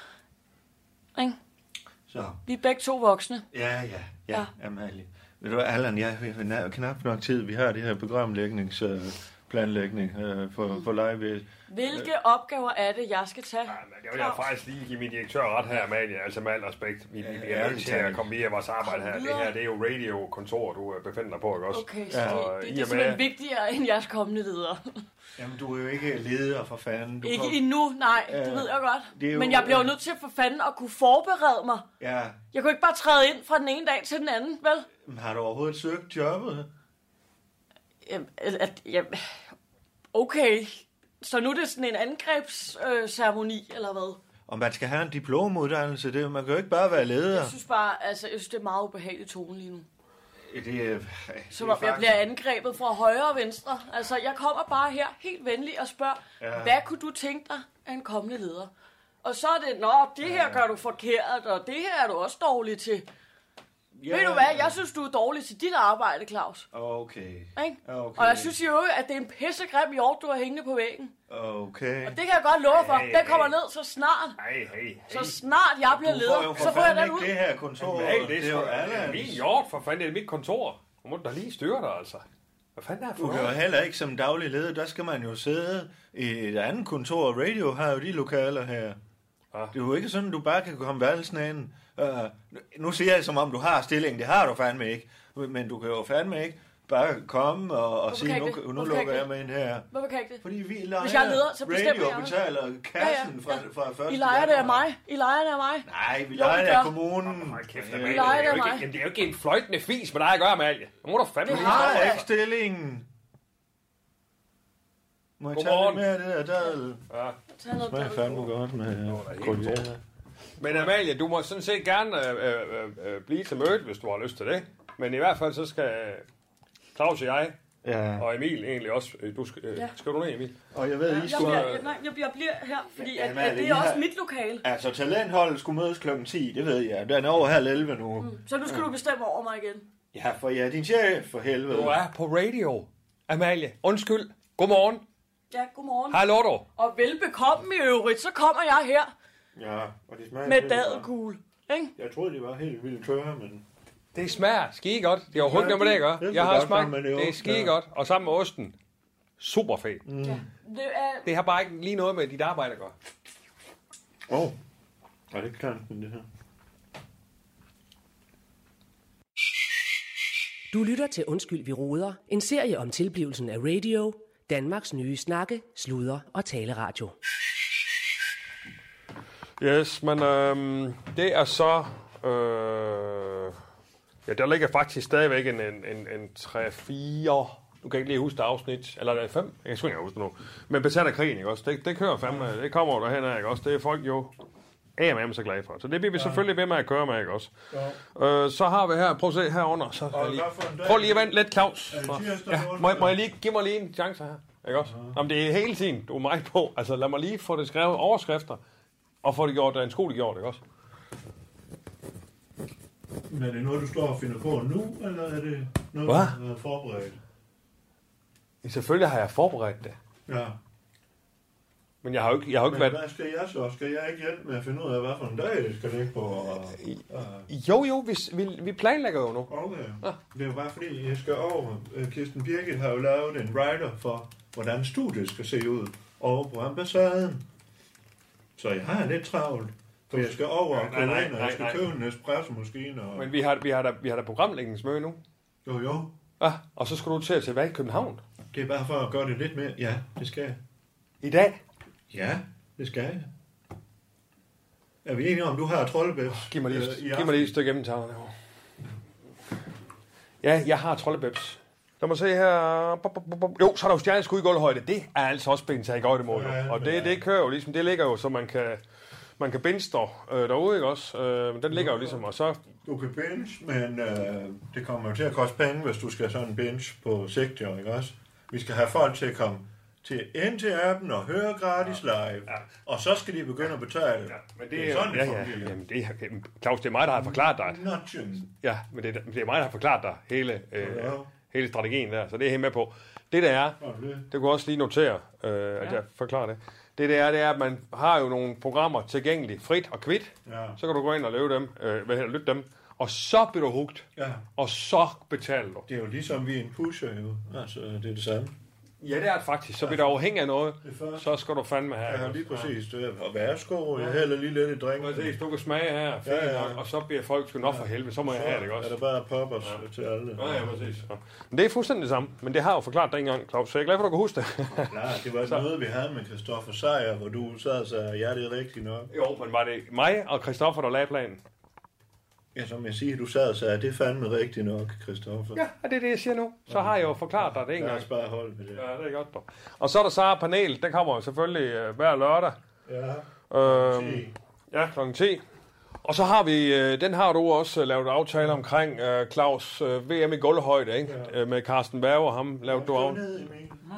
Ikke? Så. Vi er begge to voksne. Ja, ja, ja, Ja. Amalie. Ved du hvad, Allan, jeg har knap nok tid. Vi har det her programlægningsplanlægning øh, for, for live. Hvilke opgaver er det, jeg skal tage? Det vil jeg faktisk lige give min direktør ret her, Amalie. Altså med al respekt. Vi, vi, vi er nødt til at komme via vores arbejde her. Det her, det er jo radiokontor, du øh, befinder dig på, ikke også? Okay, så Og det, det, i det er og simpelthen med- vigtigere end jeres kommende leder. Jamen, du er jo ikke leder for fanden. Du Ikke kom- endnu, nej, Ja, det ved jeg godt. det er jo- Men jeg bliver jo nødt til for fanden at kunne forberede mig. Ja, Jeg kunne ikke bare træde ind fra den ene dag til den anden, vel? men har du overhovedet søgt jobbet? Jamen, at, jamen, okay, så nu er det sådan en angrebsceremoni, øh, eller hvad? Og man skal have en diplomuddannelse. Det, man kan jo ikke bare være leder. Jeg synes bare, altså, jeg synes, det er meget ubehageligt tone lige nu. Det er, Som om jeg bliver angrebet fra højre og venstre. Altså, jeg kommer bare her helt venlig og spørger, Ja. ja. hvad kunne du tænke dig af en kommende leder? Og så er det, nå, det her gør du forkert, og det her er du også dårlig til. Ja. Ved du hvad, jeg synes, du er dårlig til dit arbejde, Claus. Okay. Ikke? Okay. Og jeg synes jo, at det er en pissegrim hjort, du har hængende på væggen. Okay. Og det kan jeg godt love for. Hey, Den kommer hey. ned så snart. Hey, hey, hey. Så snart jeg bliver Du leder, får jo for så får jeg fanden den ud. ikke det her kontor. Hey, det, det er er jo sgu- det er Allans. min hjort, for fanden. Det er mit kontor. Nu må du da lige styre dig, altså. Hvad fanden er det Du for kan jo noget? heller ikke som daglig leder, der skal man jo sidde i et andet kontor. Radio har jo de lokaler her. Ja. Det er jo ikke sådan, du bare kan komme valgsende ind. Uh, nu siger jeg som om, du har stillingen. Det har du fandme ikke. Men du kan jo fandme ikke bare komme og, og Hvorfor sige, kan nu, jeg ikke det? nu Hvorfor kan lukker jeg jeg mig ind her. Hvorfor kan jeg ikke det? Fordi vi leger Hvis jeg er leder, så bestemmer radio jeg. og betaler kassen fra, fra første I leger det af januar. mig. I leger det af mig. Nej, vi Jo, leger vi det af gør. kommunen. Hold kæft, Ja, Amalie. leger Det er det jo af ikke- mig. jamen, det er jo ikke en fløjtende fis med dig at gøre, Amalie. Nu må du fandme Det lige har stoppe, har jeg. ikke stillingen. Må jeg tage Godmorgen. lidt mere af det der dadel? Ja. Tag noget Smager dadel. fandme godt med kollier. Men Amalie, du må sådan set gerne øh, øh, øh, blive til mødet, hvis du har lyst til det. Men i hvert fald så skal Claus og jeg, Ja. og Emil egentlig også. øh, Du skal, øh, Ja. skal du ned, Emil? Og jeg ved, I Jeg skulle... bliver, jeg, nej, jeg, jeg bliver her, fordi Ja, at, Amalie, at det I er har- også mit lokale. Altså, talentholdet skulle mødes klokken ti, det ved jeg. Den er over halv elleve nu. Mm. Så nu skal du bestemme over mig igen. Ja, for jeg er din chef, for helvede. Du er på radio, Amalie. Undskyld. Godmorgen. Ja, godmorgen. Hallo du. Og velbekomme i øvrigt, så kommer jeg her Ja, og de smager med virkelig godt. dadelkugle. Ikke? Jeg troede, de var helt vildt tørre, men... Det smager skide godt. Det er overhovedet Ja, ikke noget med det, det- ikke? det Jeg er har godt smagt. sammen med det Det er ost, skide ja. godt. Og sammen med osten. Super fedt. Mm. Det er, Det har bare ikke lige noget med dit arbejde at gøre. Åh, oh. er det ikke klart, men det her? Du lytter til Undskyld, vi roder. En serie om tilblivelsen af radio. Danmarks nye snakke, sludre og taleradio. Yes, men øhm, det er så... Øh, ja, der ligger faktisk stadigvæk en, en, en, en tre fire... Du kan ikke lige huske det afsnit. Eller er det fem? Jeg kan sgu ikke huske det nu. Men besat af krigen, ikke også? Det, det kører fandme. Det kommer jo derhen af, ikke også? Det er folk jo A M M så glade for. Så det bliver vi selvfølgelig ved med at køre med, ikke også? Øh, så har vi her... Prøv at se herunder. Så Og lige, hvad for en dag? prøv lige at vente lidt, Claus. Er det tirsdag, Ja, onsdag? må, jeg- må jeg lige... Giv mig lige en chance her. Ikke også? Jamen, det er hele tiden, du er meget på. Altså, lad mig lige få det skrevet overskrifter. Og får det gjort, der er en skole gjort, ikke også? Men er det noget, du står og finder på nu, eller er det noget, Hvad? du har forberedt? Selvfølgelig har jeg forberedt det. Ja. Men jeg har jo ikke, jeg har jo ikke Men været... hvad skal jeg så? Skal jeg ikke hjælpe med at finde ud af, hvad for en dag det skal ligge på? Og, uh... Jo, jo, vi, vi, vi planlægger jo nu. Okay. Ja. Det er jo bare fordi, jeg skal over. Kirsten Birgit har jo lavet en writer for, hvordan studiet skal se ud over på ambassaden. Så jeg har lidt travlt. For jeg skal over og købe ind, og jeg skal købe en espresso-maskine. Og... Men vi har, vi har da, vi har da programlægningsmøde nu. Jo, jo. Ja, og så skal du til at til hvad i København? Det er bare for at gøre det lidt mere. Ja, det skal jeg. I dag? Ja, det skal jeg. Er vi enige om, du har troldebæbs? Giv mig lige, øh, giv mig lige et stykke gennemtagerne herovre. Ja, jeg har troldebæbs. Lad mig se her. Jo, så er der jo stjerneskud i gulvhøjde. Det er altså også bendt sig i godt ja, og det, det kører jo ligesom, det ligger jo, så man kan, man kan binge øh, derude, ikke også? Øh, den ligger jo ligesom, og så... Du kan binge, men øh, det kommer jo til at koste penge, hvis du skal sådan binge på Sigtjør, ikke også? Vi skal have folk til at komme til ind til appen og høre gratis live, ja. Og så skal de begynde at betale. Ja, men det, det er sådan, det ja, ja, jamen, det er, Claus, det er mig, der har forklaret dig. Notchen. Ja, men det, det er mig, der har forklaret dig hele, øh, ja. hele strategien der, så det er helt med på. Det der er, det, det kunne også lige notere, øh, at ja. jeg forklarer det. Det der er, det er, at man har jo nogle programmer tilgængeligt, frit og kvit. Ja. Så kan du gå ind og løbe dem, øh, hvad hedder, lytte dem, og så bliver du hugt, ja. Og så betaler du. Det er jo ligesom vi er en pusher, jo. Altså, det er det samme. Ja, det er det faktisk. Så bliver der afhængig af noget, så skal du fandme have. Ja, lige præcis. Ja. Og værsgo, jeg hælder lige lidt i drinken. Præcis, du kan smage her, ja, ja. Nok, og så bliver folk sgu nok ja. For helvede, så må jeg have det også. Er der bare poppers ja. Til alle. Ja, ja, præcis. Ja. Men det er fuldstændig det samme, men det har jeg jo forklaret dig engang, Claus, så jeg er glad for, at du kan huske det. Ja, det var et så. Møde, vi havde med Christoffer Sejer, hvor du sad og sagde, ja, det er rigtigt nok. Jo, men var det mig og Christoffer, der lagde planen? Ja, som jeg siger, du sad og sagde, det er fandme rigtigt nok, Christoffer. Ja, og det er det, jeg siger nu. Så har jeg jo forklaret dig det en gang. Lad os bare holde med det. Ja, det er godt, dog. Og så er der Sara Panel, den kommer selvfølgelig uh, hver lørdag. Ja, øhm, ja, klokken ti. Og så har vi, uh, den har du også uh, lavet aftale omkring, uh, Claus, uh, V M i gulvhøjde, ikke? Ja. Uh, med Carsten Werger, ham lavede du aftale.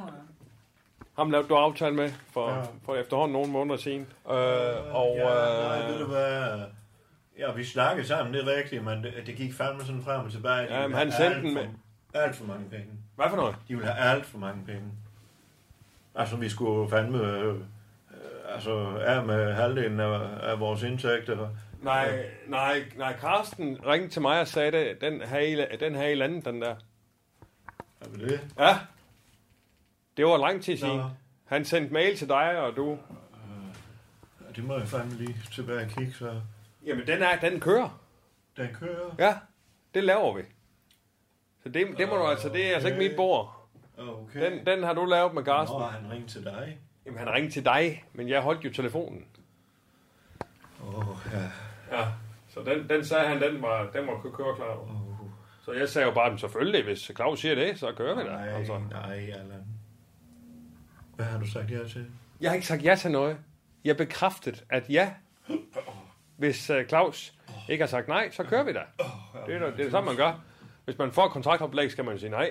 Ham lavede du aftale med for, ja. For efterhånden nogle måneder siden. Uh, og, ja, nej, ved du hvad... Ja, vi snakkede sammen, det er rigtigt, men det, det gik fandme sådan frem og tilbage. Ja, men han sendte den med... Alt for mange penge. Hvad for noget? De ville have alt for mange penge. Altså, vi skulle fandme... Øh, altså, er med halvdelen af, af vores indtægter. Nej, nej, nej, Carsten ringede til mig og sagde, det, den her i, den her i landet, den der. Er det det? Ja. Det var lang tid siden. Nå. Han sendte mail til dig, og du... Øh, det må jeg fandme lige tilbage og kigge, så... Jamen, den, er, den kører. Den kører? Ja, det laver vi. Så det, det må du altså, det er altså ikke mit bord. Okay. Den, den har du lavet med Carsten. Nå, han ringte til dig. Jamen, han ringte til dig, men jeg holdt jo telefonen. Åh, oh, ja. Ja, så den, den sagde han, den var, den var køre klar. Oh. Så jeg sagde jo bare, selvfølgelig, hvis Claus siger det, så kører vi der. Nej, altså. nej, Allan. Hvad har du sagt ja til? Jeg har ikke sagt ja til noget. Jeg bekræftet, at ja, hvis uh, Claus ikke har sagt nej, så kører vi der. Det er det, det, er det samme, man gør. Hvis man får kontraktoplæg, skal man sige nej.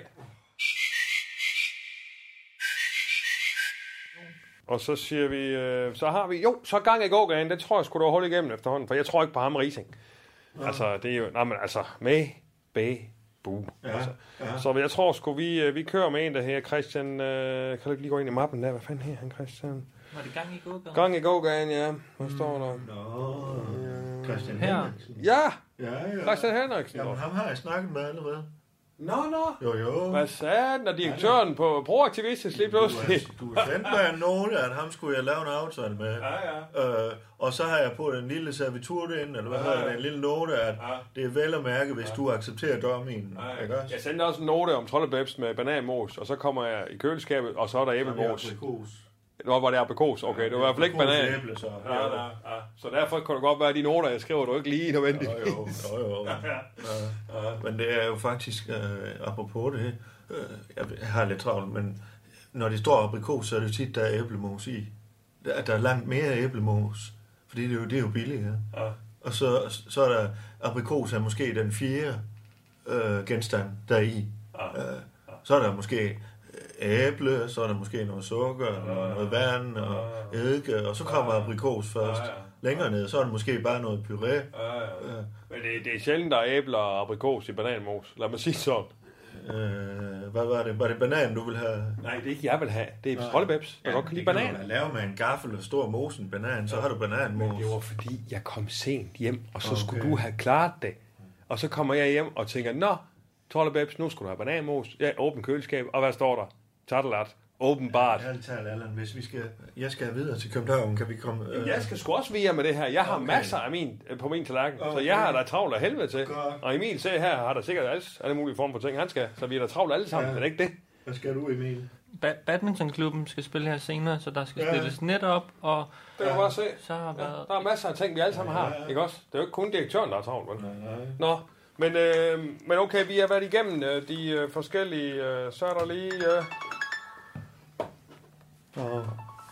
Og så siger vi, øh, så har vi, jo, så gang i gågaden, det tror jeg skulle du holde igennem efterhånden, for jeg tror ikke på ham Rising. Ja. Altså, det er jo, nej, men altså, med, bæ, bu. Ja, altså. Ja. Så jeg tror sgu, vi, vi kører med en, der her, Christian, øh, kan du ikke lige gå ind i mappen der, hvad fanden her han, Christian? Var det gang i gågaden? Gang i gågaden, ja. Hvad står der? Nå, Christian her. Henriksen. Ja, ja, ja. Christian Henriksen. Jamen, ham har jeg snakket med allerede. Nå, nå. Jo, jo. Hvad sagde den, og direktøren på Proaktivistisk lige pludselig? Du har sendt mig en note, at ham skulle jeg lave en aftale med. Ja, ja. Øh, og så har jeg på en lille servitur ind, eller hvad ja, hedder det, en lille note, at ja. Det er vel at mærke, hvis ja. Du accepterer dommen. Ja, ja. Jeg sendte også en note om troldebæbs med bananmos, og så kommer jeg i køleskabet, og så er der æblemos. Nå, var det aprikos? Okay, det var i hvert fald ikke banan. Æble, så. Ja, ja, ja. Så derfor kan det godt være, at de noter, jeg skriver, du ikke lige nødvendigt. Jo, jo, jo. jo. Ja, ja. Ja. Men det er jo faktisk, øh, apropos det, øh, jeg har lidt travlt, men når det står aprikos, så er det jo tit, der er æblemos i. Der, der er langt mere æblemos, fordi det er jo, det er jo billigt. Ja? Ja. Og så, så er der aprikos er måske den fjerde øh, genstand, der er i. Ja. Øh, så er der måske æble, så er der måske noget sukker, ja, noget vand og eddike, og så kommer ja, aprikos først. Ja, ja. længere ned, så er det måske bare noget puré. Ja, ja. Ja. Men det, det er sjældent, der er æbler og aprikos i bananmos. Lad mig sige sådan. Øh, hvad var det? Var det banan, du ville have? Nej, det er ikke jeg vil have. Det er troldebæbs. Jeg ja, godt kan lide banan. Kan du lave med en gaffel og stor mosen banan, så har du bananmos. Men det var fordi, jeg kom sent hjem, og så okay. skulle du have klaret det. Og så kommer jeg hjem og tænker, nå, troldebæbs, nu skal du have bananmos. Ja, åben køleskab. Og hvad står der? Tartelat. Åbenbart. Ja, talt, Allan, hvis vi skal, jeg skal videre til København, kan vi komme... Øh... Jeg skal sgu også videre med det her. Jeg har okay. masser af min, på min tallerken, okay. Så jeg har da travlt af helvede til. God. Og Emil ser her, har der sikkert alle, alle mulige former for ting, han skal. Så vi er da travlt alle sammen, ja. Er det ikke det? Hvad skal du, Emil? Ba- badmintonklubben skal spille her senere, så der skal ja. stilles net op, og... Det kan du bare se. Så har ja, været... der er masser af ting, vi alle sammen ja, har, ja. ikke også? Det er jo ikke kun direktøren, der er travlt, vel? Nej, nej. Nå, men, øh, men okay, vi har været igennem øh, de øh, forskellige... Øh, så er der lige... Øh... Oh.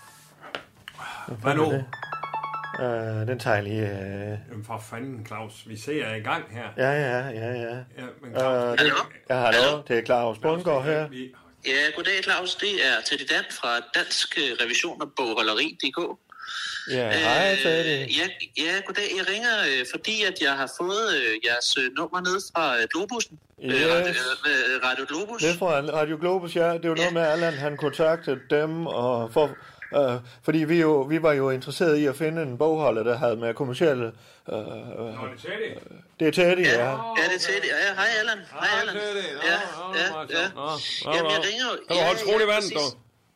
Hvad nu? Uh, den tager jeg lige... Uh... Jamen for fanden, Claus. Vi ser jer i gang her. Ja, ja, ja, ja. Ja, men Claus... Uh, hallo? Ja, hallo. Det er Claus Bundgaard her. Ja, goddag, Claus. Det er Teddy Dan fra Dansk Revision og Bogholderi punktum d k. Ja, hej, Teddy. Øh, ja, ja, goddag. Jeg ringer, øh, fordi at jeg har fået øh, jeres øh, nummer ned fra øh, Globusen. Yes. Øh, Radio, øh, Radio Globus. Det er fra Radio Globus, ja. Det er jo ja. noget med, at Allan han kontaktede dem, og for, øh, fordi vi, jo, vi var jo interesseret i at finde en bogholder, der havde med kommercielle... Øh, øh, Nå, det er Teddy. Det er Teddy, ja. Ja, ja det er Teddy. Ja, hej, Allan. Hej, Allan. Hej, Teddy. Ja, ja, ja. Jamen, jeg ringer jo... Kan du holde skole i vandet, dog?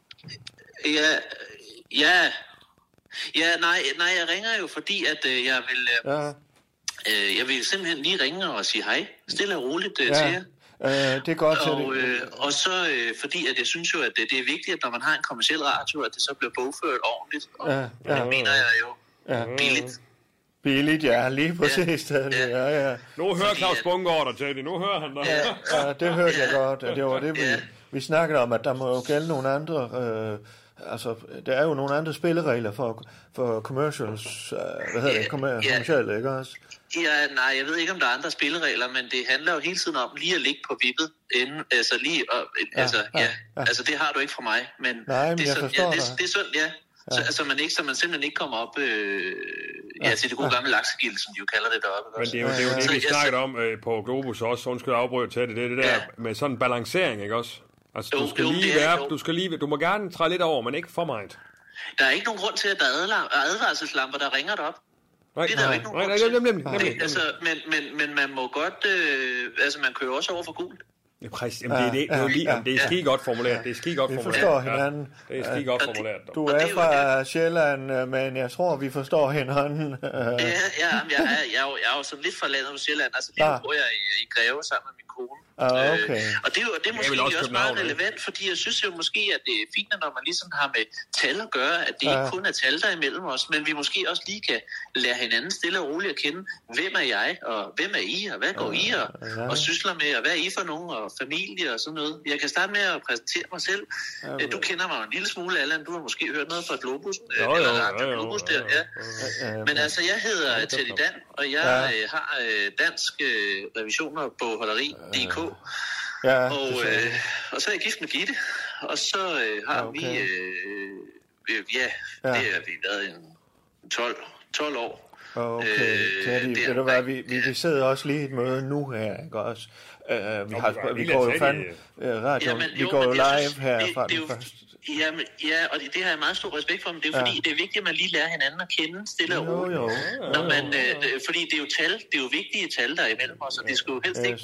Ja, ja... Ja, nej, nej, jeg ringer jo, fordi at øh, jeg vil... Øh, ja. øh, jeg vil simpelthen lige ringe og sige hej. Stille og roligt øh, ja. til jer. Øh, det er godt, og, øh, og så øh, fordi, at jeg synes jo, at det, det er vigtigt, at når man har en kommerciel radio, at det så bliver bogført ordentligt. Og ja, ja. det mener jeg jo ja. billigt. Billigt, ja, lige præcis. Ja, ja. Ja, ja. Nu hører Claus Bundgaard dig, Teddy. Nu hører han dig. Ja, ja, det hørte jeg godt. Det var det, vi, ja. vi snakkede om, at der må jo gælde nogle andre... Øh, altså, der er jo nogle andre spilleregler for, for commercials, øh, hvad hedder det, kommer, ja. kommercielle, ikke også? Ja, nej, jeg ved ikke, om der er andre spilleregler, men det handler jo hele tiden om lige at ligge på vippet, inden, altså lige, og, ja, altså, ja, ja, ja, altså det har du ikke fra mig, men, nej, men det, er sådan, ja, det, det er sådan, ja, ja. Så, altså man ikke, så man simpelthen ikke kommer op, øh, ja, til det gode gamle laksegild, som de jo kalder det deroppe. Men det er jo det, er jo det vi snakkede om øh, på Globus også, undskyld afbrød til det, det er det der ja. med sådan en balancering, ikke også? Altså, jo, du skal jo, lige være, du skal lige, du må gerne træde lidt over, men ikke for meget. Der er ikke nogen grund til, at der er advarselslamper, der ringer derop. Nej, det er der jo ikke nogen grund til. Nemlig, nemlig, altså, men, men, men man må godt, øh, altså man kører også over for gult. Ja, præcis. Jamen, det, er, det, det, er jo lige, ja, det er skide godt formuleret. Det er skide godt formuleret. Vi forstår hinanden. Ja, det er skide godt formuleret. Du er fra Sjælland, men jeg tror, vi forstår hinanden. Ja, ja, jeg, er, jeg, er, jeg, er jo, jeg er jo sådan lidt fra landet på Sjælland. Altså lige nu bor jeg i, i Greve sammen med min kone. Ah, okay. øh, og det er jo det er måske også, også meget relevant, fordi jeg synes jo måske, at det er fint, når man ligesom har med tal at gøre, at det ja. ikke kun er tal, der er imellem os, men vi måske også lige kan lære hinanden stille og roligt at kende. Hvem er jeg, og hvem er I, og hvad går I og, ja. og sysler med, og hvad er I for nogen, og familie og sådan noget. Jeg kan starte med at præsentere mig selv. Ja, du kender mig en lille smule, Allan. Du har måske hørt noget fra Globus, jo, eller jo, Radio jo, Globus der. Ja. Ja, men altså, jeg hedder Teddy Dan, og jeg ja. har øh, Dansk øh, Revision og Bogholderi punktum d k. Ja, og, øh, og så er jeg gift med Gitte, og så øh, har okay. vi, øh, øh, ja, ja, det har vi været en tolv, tolv år. Okay, øh, Teddy, ved du hvad, vi, vi, vi sidder også lige i et møde nu her, ikke også? Uh, vi, har, vi går jo fandme uh, radio, jamen, vi jo, går jo live synes, her det, fra det, den det første. Jamen, ja, og det, det har jeg meget stor respekt for, men det er jo fordi, ja. det er vigtigt, at man lige lærer hinanden at kende stille og roligt. Jo, jo, jo, Når man, øh, det, fordi det er jo tal, det er jo vigtige tal, der er imellem os, og det skal jo helst ikke...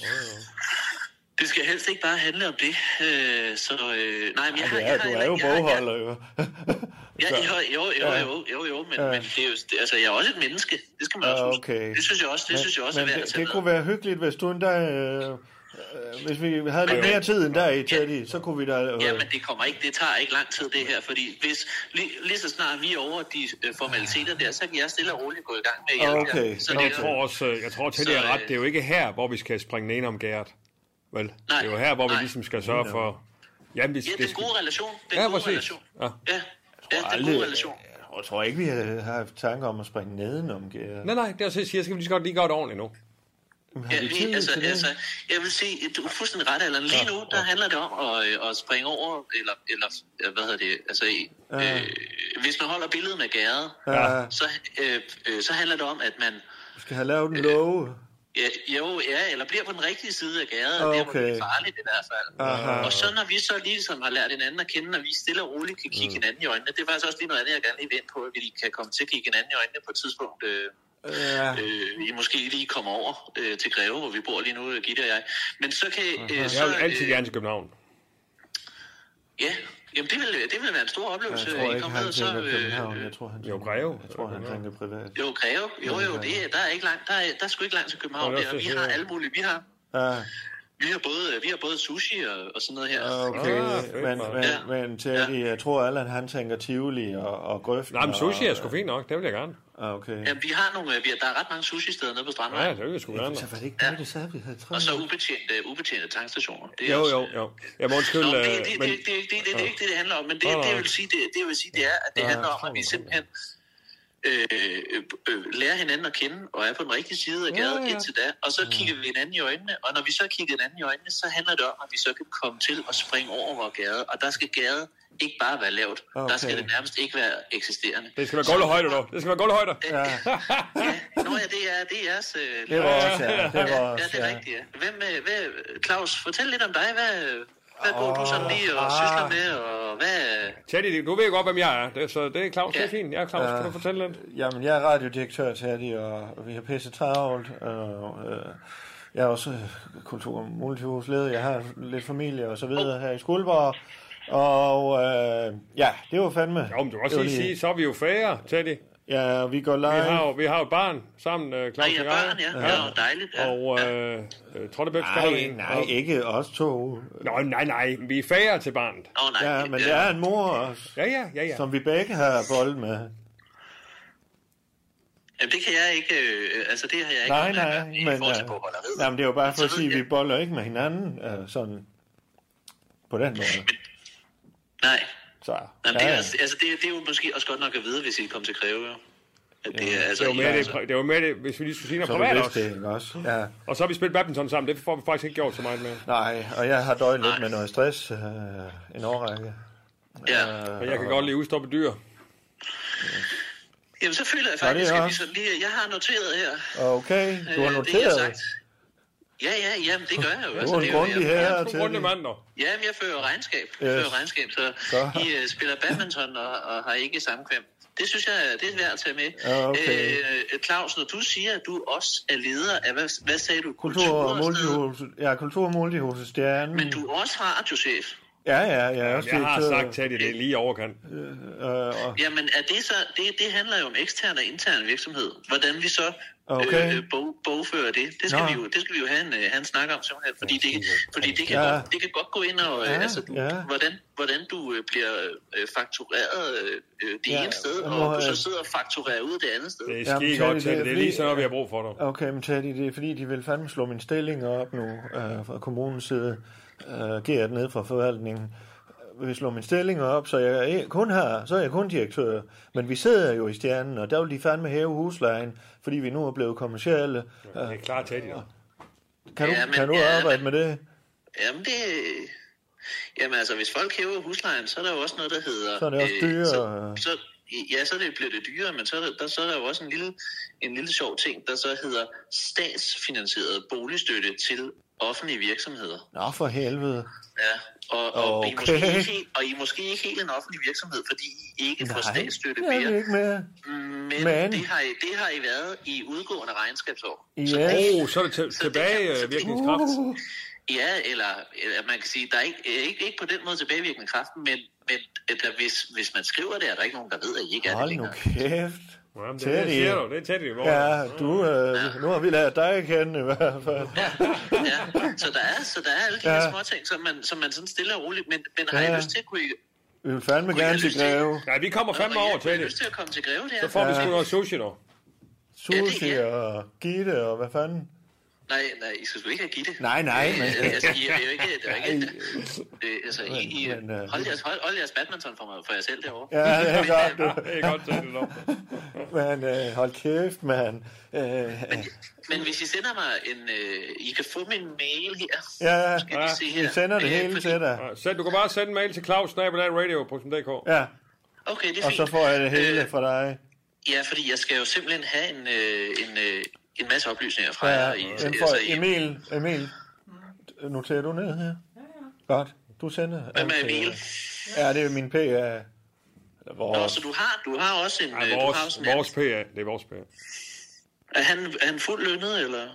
Det skal helst ikke bare handle om det. Øh, så øh, nej, men jeg har... Ja, jeg du har, er jo bogholder, jo. Ja, jo, jo, jo, jo, jo, jo, men, ja. men det er jo, det, altså, jeg er også et menneske. Det skal man også huske. Okay. Det synes jeg også, det men, synes jeg også er værd at tage det, det kunne være hyggeligt, hvis du en dag... Øh, hvis vi havde lidt mere tid end der i, Teddy, ja, så kunne vi da... Øh... Ja, men det kommer ikke, det tager ikke lang tid, det her, fordi hvis, lige, lige så snart vi er over de øh, formaliteter der, så kan jeg stille og roligt gå i gang med at hjælpe okay. jer. Så men jeg tror også, jeg tror, Teddy er ret, det er jo ikke her, hvor vi skal springe den ene om gæret. Vel? Nej, det er jo her, hvor nej. vi ligesom skal sørge for... Jamen, vi, ja, det er en god relation. Det er en ja, god præcis. relation. Ja, ja, ja det er en god relation. Jeg tror ikke, vi har haft tanker om at springe nedenom gæret. Nej, nej, det er også, jeg siger, skal vi lige godt lige gøre det ordentligt nu. Ja, vi, altså, altså, jeg vil sige, du er fuldstændig ret, Allan. Lige nu, der handler det om at, at springe over, eller, eller hvad hedder det, altså, ja. øh, hvis man holder billedet med gærdet, ja. så, øh, øh, så handler det om, at man... Du skal have lavet en love. Øh, ja, jo, ja, eller bliver på den rigtige side af gærdet, okay. Det er jo farligt i hvert fald. Aha. Og så når vi så ligesom har lært hinanden at kende, når vi stille og roligt kan kigge mm. hinanden i øjnene, det er faktisk også lige noget andet, jeg gerne lige vente på, at vi kan komme til at kigge hinanden i øjnene på et tidspunkt... Øh, Ja. Øh, I måske lige kommer over øh, til Greve, hvor vi bor lige nu, Gitte og jeg. Men så kan... Øh, så, jeg vil altid øh, gerne til København. Ja, jamen det vil, det vil være en stor oplevelse. Jeg tror ikke, I han tænker øh, København. Jeg tror, han jo, Greve. Jeg tror, han tænker privat. Jo, Greve. Jo, jo, det, der er ikke langt. Der er, der er sgu ikke langt til København. Der. Vi har alle mulige. Vi har... Ja. Vi har både, vi har både sushi og, og sådan noget her. Okay, ah, men, men, ja. men Teddy, ja. jeg tror, Allan han tænker Tivoli og, og grøften. Nej, men sushi er sgu fint nok, det vil jeg gerne. Okay. Ja, vi har nogle, vi har, der er ret mange sushi-steder nede på stranden. Ja, det vil jeg sgu gerne. Så var det ikke det, det sagde, vi havde og så ubetjente, ubetjente tankstationer. Det er jo, også, jo, jo. Jeg må undskylde... Nå, det, det, det, det, det, det, det, det er ikke det, det handler om, men det, det, jeg vil sige, det, det, jeg vil sige, det er, at det handler om, at vi simpelthen... Øh, øh, lærer hinanden at kende og er på den rigtige side af gaden ja, ja. indtil da, og så kigger vi hinanden i øjnene, og når vi så kigger hinanden i øjnene, så handler det om, at vi så kan komme til at springe over vores gade, og der skal gade ikke bare være lavt, okay. Der skal det nærmest ikke være eksisterende. Det skal være gulvhøjde dog, det skal være gulvhøjde. Ja. ja. Nå ja, det er, det er jeres... Øh, det var også, ja. Det var også, ja, det er ja. rigtigt, ja. Hvem, hvad, Claus, fortæl lidt om dig, hvad... Hvad går du sådan lige og sysler med, og hvad... Teddy, du ved godt, hvem jeg er, det, så det er Claus, ja. Det er fint. Jeg er Claus, uh, kan du fortælle lidt? Jamen, jeg er radiodirektør, Teddy, og vi har pisse travlt. Uh, uh, jeg er også kultur- og multihusleder, jeg har lidt familie og så videre oh. her i Skuldborg. Og uh, ja, det var fandme... Jo, men du kan også lige sige, så er vi jo færre, Teddy. Ja, vi går live. Vi har jo, vi har jo et barn sammen, uh, Claus og jeg. Nej, børn, ja. Ja, ja. Dejligt, ja. Og øh, uh, tror du, det nej, nej, nej, og... ikke os to. Nå, nej, nej, vi er færre til barnet. Oh, nej. Ja, men ja. Der er en mor også, ja, ja, ja, ja. som vi begge har bold med. Jamen, det kan jeg ikke, øh, altså det har jeg ikke... Nej, nej, men, men, ja. nej, men det er jo bare for at sige, at vi boller ikke med hinanden, øh, sådan, på den måde. Men, nej. Så, jamen, det, er, altså, det, det er jo måske også godt nok at vide, hvis I kommer til Greve, jo. Det, ja, er, altså, det, var med det, det var med det, hvis vi lige skulle sige noget privat også. Det, også. Ja. Og så har vi spillet badminton sammen, det får vi faktisk ikke gjort så meget med. Nej, og jeg har døjet lidt med noget stress øh, en årrække. Ja. Øh, og jeg kan godt lige udstoppe dyr. Jamen, så føler jeg faktisk, at vi så lige... Jeg har noteret her. Okay, du har noteret? Det, ja, ja, jamen, det gør jeg jo. Du er en grundig her. Jeg er en grundig mand, dog. Jamen, jeg fører regnskab. Jeg yes. fører regnskab, så, så. I uh, spiller badminton og, og har ikke samkvem. Det synes jeg, det er værd at tage med. Ja, okay. øh, Claus, når du siger, at du også er leder af, hvad, hvad sagde du? Kultur- og multihus. Ja, kultur- og multihus stjernen. Men du er også radiochef. Ja, ja, ja. Jeg, jeg har sagt til det, det er lige overkant. Øh, øh, og... Jamen, er det så, det, det handler jo om ekstern og intern virksomhed. Hvordan vi så okay. øh, bog, bogfører det, det skal, vi jo, det skal vi jo have en, have en snak om simpelthen. Fordi det, fordi det kan, ja. godt, det kan godt gå ind og, ja, altså, du, ja. hvordan, hvordan du øh, bliver øh, faktureret øh, det ja, ene sted, og må, du så sidder og fakturerer ud det andet sted. Det er skide godt, Teddy. Det, det er lige sådan, vi har brug for dig. Okay, men Teddy, det er fordi, de vil fandme slå min stilling op nu øh, fra kommunens side. Øh, Gert ned fra forvaltningen. Vi slår min stilling op, så jeg kun har, så er jeg kun direktør. Men vi sidder jo i Stjernen, og der vil de fandme hæve huslejen, fordi vi nu er blevet kommercielle. Ja, det er klart, Teddy. Kan du, ja, men, kan du ja, arbejde men, med det? Jamen det... Jamen altså, hvis folk hæver huslejen, så er der jo også noget, der hedder... Så er det også dyrere. Øh, så, så, ja, så det bliver det dyrere, men så er der, der, så er der jo også en lille, en lille sjov ting, der så hedder statsfinansieret boligstøtte til offentlige virksomheder. Nå, for helvede. Ja, og, og, okay. I måske ikke helt, og I er måske ikke helt en offentlig virksomhed, fordi I ikke får statsstøtte mere. Nej, ikke mere. Men, Men. Det, har I, det har I været i udgående regnskabsår. Yes. Så, oh, så er det til, så tilbage det, virkningskraft. Uh. Ja, eller, eller man kan sige, der er ikke, ikke, ikke på den måde tilbagevirkende kraft, men, men eller, hvis, hvis man skriver det, er der ikke nogen, der ved, at I ikke er Hold det længere. Hold nu kæft. Jamen, det, er, det siger du, det er Teddy. Ja, du, øh, ja. Nu har vi lært dig at kende i hvert fald. Ja, ja. Så, der er, så der er alle de ja. her små ting, som man, som man sådan stille og roligt, men, men har ja. I lyst til at kunne... Vi vil fandme gerne til Greve. Ja, vi kommer fandme over til det. Har I lyst til at komme til Greve, det her? Så får ja. vi sgu noget sushi, dog. Sushi ja, det, ja. og Gitte og hvad fanden? Nej, nej, I skal sgu ikke have Gitte. Nej, nej, men... Øh, altså, I er jo ikke... Det er ikke det, altså, I, I, men, men, hold, jeres, hold, hold jeres badminton for, mig, for jer selv derovre. Ja, det er godt, du. Det er godt til det op. Men øh, hold kæft, mand. Øh, men, men hvis I sender mig en... Øh, I kan få min mail her. Ja, skal ja. Se her. Vi sender det øh, hele fordi... til dig. Ja, du kan bare sende en mail til Claus snabel-a radio punktum d k. Ja. Okay, det er og fint. så får jeg det hele øh, fra dig. Ja, fordi jeg skal jo simpelthen have en, øh, en, øh, en masse oplysninger fra ja, jer. I, altså, altså, Emil, Emil, noterer du ned her? Ja, ja. Godt, du sender. Hvem er Emil? Ja, det er min P A. Vores... Nå, så du har, du har også en... Ja, vores, du har også vores P A, det er vores P A. Er han, er han fuldt lønnet, eller?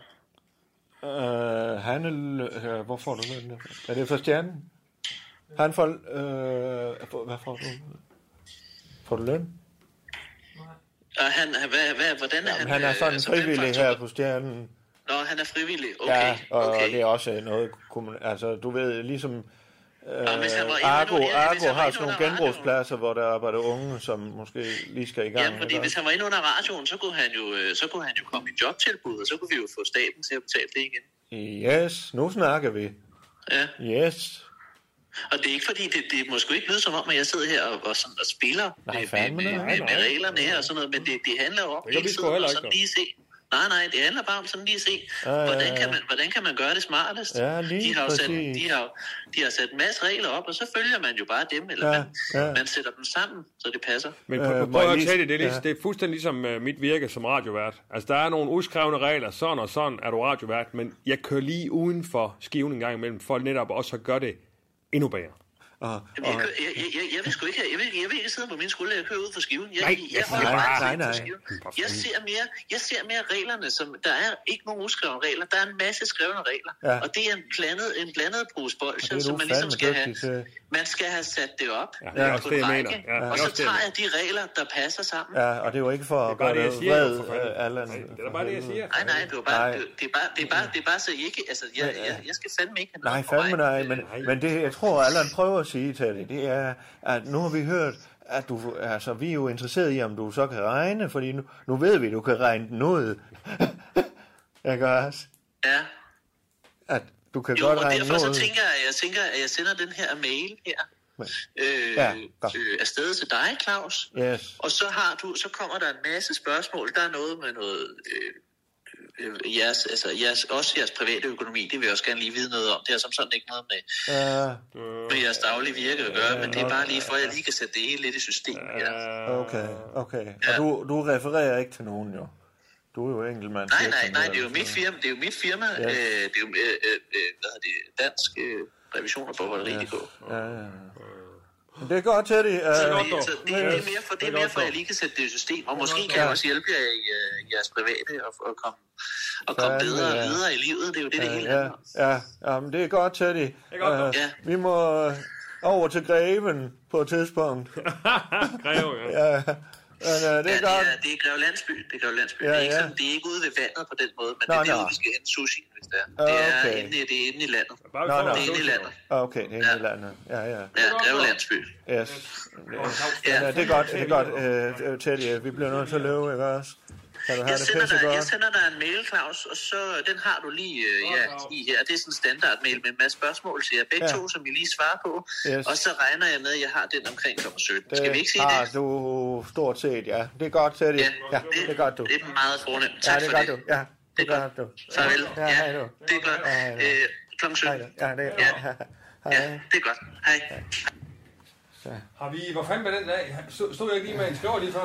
Uh, han er... Uh, hvor får du løn? Er det for stjernen? Han får... Uh, hvad får du? Får du løn? Og han, hvad, hvad, hvordan er Jamen, han? Han er sådan altså, frivillig her på stjernen. Nå, han er frivillig. Okay, ja, og okay. det er også noget... Altså, du ved, ligesom... Uh, Nå, Argo, Argo har sådan nogle genbrugspladser, hvor der arbejder unge, som måske lige skal i gang. Ja, fordi hvis han var inde under radioen, så kunne han jo, så kunne han jo komme i jobtilbud, og så kunne vi jo få staten til at betale det igen. Yes, nu snakker vi. Ja. Yes. Og det er ikke fordi, det, det må sgu ikke lyde som om, at jeg sidder her og, og, sådan, og spiller nej, med, fandme, med, nej, med, nej. med reglerne her og sådan noget, men det, det handler jo om hele tiden og sådan lige se. Nej, nej, det handler bare om sådan lige at se, ja, ja, ja. Hvordan, kan man, hvordan kan man gøre det smartest? Ja, lige de, har sat, præcis. de, har, de har sat en masse regler op, og så følger man jo bare dem, eller ja, man, ja. man sætter dem sammen, så det passer. Men prøv, Øh, prøv at lige- tage det, det er, lige, ja. det er fuldstændig ligesom uh, mit virke som radiovært. Altså, der er nogle uskrevne regler, sådan og sådan er du radiovært, men jeg kører lige uden for skiven en gang imellem, for netop også at gøre det endnu bedre. Og, og, Jeg, jeg, jeg, jeg, jeg vil sgu ikke, jeg vil, jeg vil ikke sidde på min skulder, jeg kører ud for skiven. Jeg, Nej, jeg, jeg holder nej, bare nej, til nej. skiven. Jeg ser mere, jeg ser mere reglerne, som der er ikke nogen uskrevne regler, der er en masse skrevne regler, Ja. og det er en blandet, en blandet pose Og det bolsjer, er som du man ligesom fandme skal have. dygtig til. Man skal have sat det op Ja, det er også på det, jeg en mener. række, Ja, det er og så også det, jeg tager jeg de regler, der passer sammen. ja, og det er jo ikke for Det er at bare gøre det, jeg det siger, vred, jo, for fanden. øh, Allan. Nej, det er da bare det, jeg siger. Nej, nej, det er bare, Nej. det, det er bare, det er bare, det er bare så ikke, altså, jeg, jeg, jeg skal fandme ikke have Nej, noget på fandme vej. nej, men, men det, jeg tror, Allan prøver at sige til det, det er, at nu har vi hørt, at du, altså, vi er jo interesseret i, om du så kan regne, fordi nu, nu ved vi, at du kan regne den ud. Ikke også? Ja. At du kan Jo, godt og regne derfor den så ud. tænker jeg, jeg tænker, at jeg sender den her mail her øh, Ja, godt. øh, afsted til dig, Claus. Yes. Og så har du, så kommer der en masse spørgsmål. Der er noget med noget, øh, øh, jeres, altså jeres, også jeres private økonomi. Det vil jeg også gerne lige vide noget om. Det har som sådan ikke noget med, Ja, med jeres daglige virke at gøre, men det er bare lige for, at jeg lige kan sætte det hele lidt i system her. okay, okay. Og du, du refererer ikke til nogen, jo. Du er jo enkeltmand. Nej, nej, nej, det er jo mit firma. Det er jo mit firma. Ja. Øh, det er jo, øh, øh, hvad hedder det, dansk øh, revisioner på Valerie punktum d k. Ja, ja. Men det er godt til det. Uh, Så det, så det, det er mere for, det er mere for, at jeg lige kan sætte det i system, og måske kan jeg også hjælpe jer i uh, jeres private og, og komme, og komme Fandme, bedre ja. videre i livet. Det er jo det, det hele ja, handler om. ja, ja, men det er godt til det. godt, ja. Vi må øh, over til Greven på et tidspunkt. Greve, ja. Ja, men, uh, det er Ja, godt. det er, det er Greve Landsby. Det er Greve Landsby. Ja, det, er ikke ja. sådan, det er ikke ude ved vandet på den måde, men Nå, det er derude, nå. vi skal hente sushi, hvis det er. Ah, Det er, okay. inde, i- det er inde i landet. Bare vi Nå, får nå. Det noget er inde i sushi, landet. Okay, det er ja. i landet. Ja, ja. Ja, Greve Landsby. Yes. Ja. Ja, det er godt, det er godt, uh, Teddy. Vi bliver nødt til at løbe, ikke også? Kan du have Jeg det sender, pisse dig, jeg godt? sender dig en mail, Claus, og så den har du lige, øh, ja, lige her. Det er sådan en standardmail med en masse spørgsmål til jer begge Ja. to, som I lige svarer på. Yes. Og så regner jeg med, at jeg har den omkring klokken sytten. Skal vi ikke sige har det? du stort set, ja. Det er godt, Teddy. Ja, Ja, det er godt, du. Det er meget fornemt. Ja, Tak det for er godt, det. du. Ja, det er godt, du. Farvel. Ja, hej du. Det er godt. Ja, hej du. Øh, klokken sytten. Ja, det er Ja. Hej. Ja, det er godt. Hej. Har vi, hvor fanden var den dag? Stod, stod jeg ikke lige med en skriver lige før?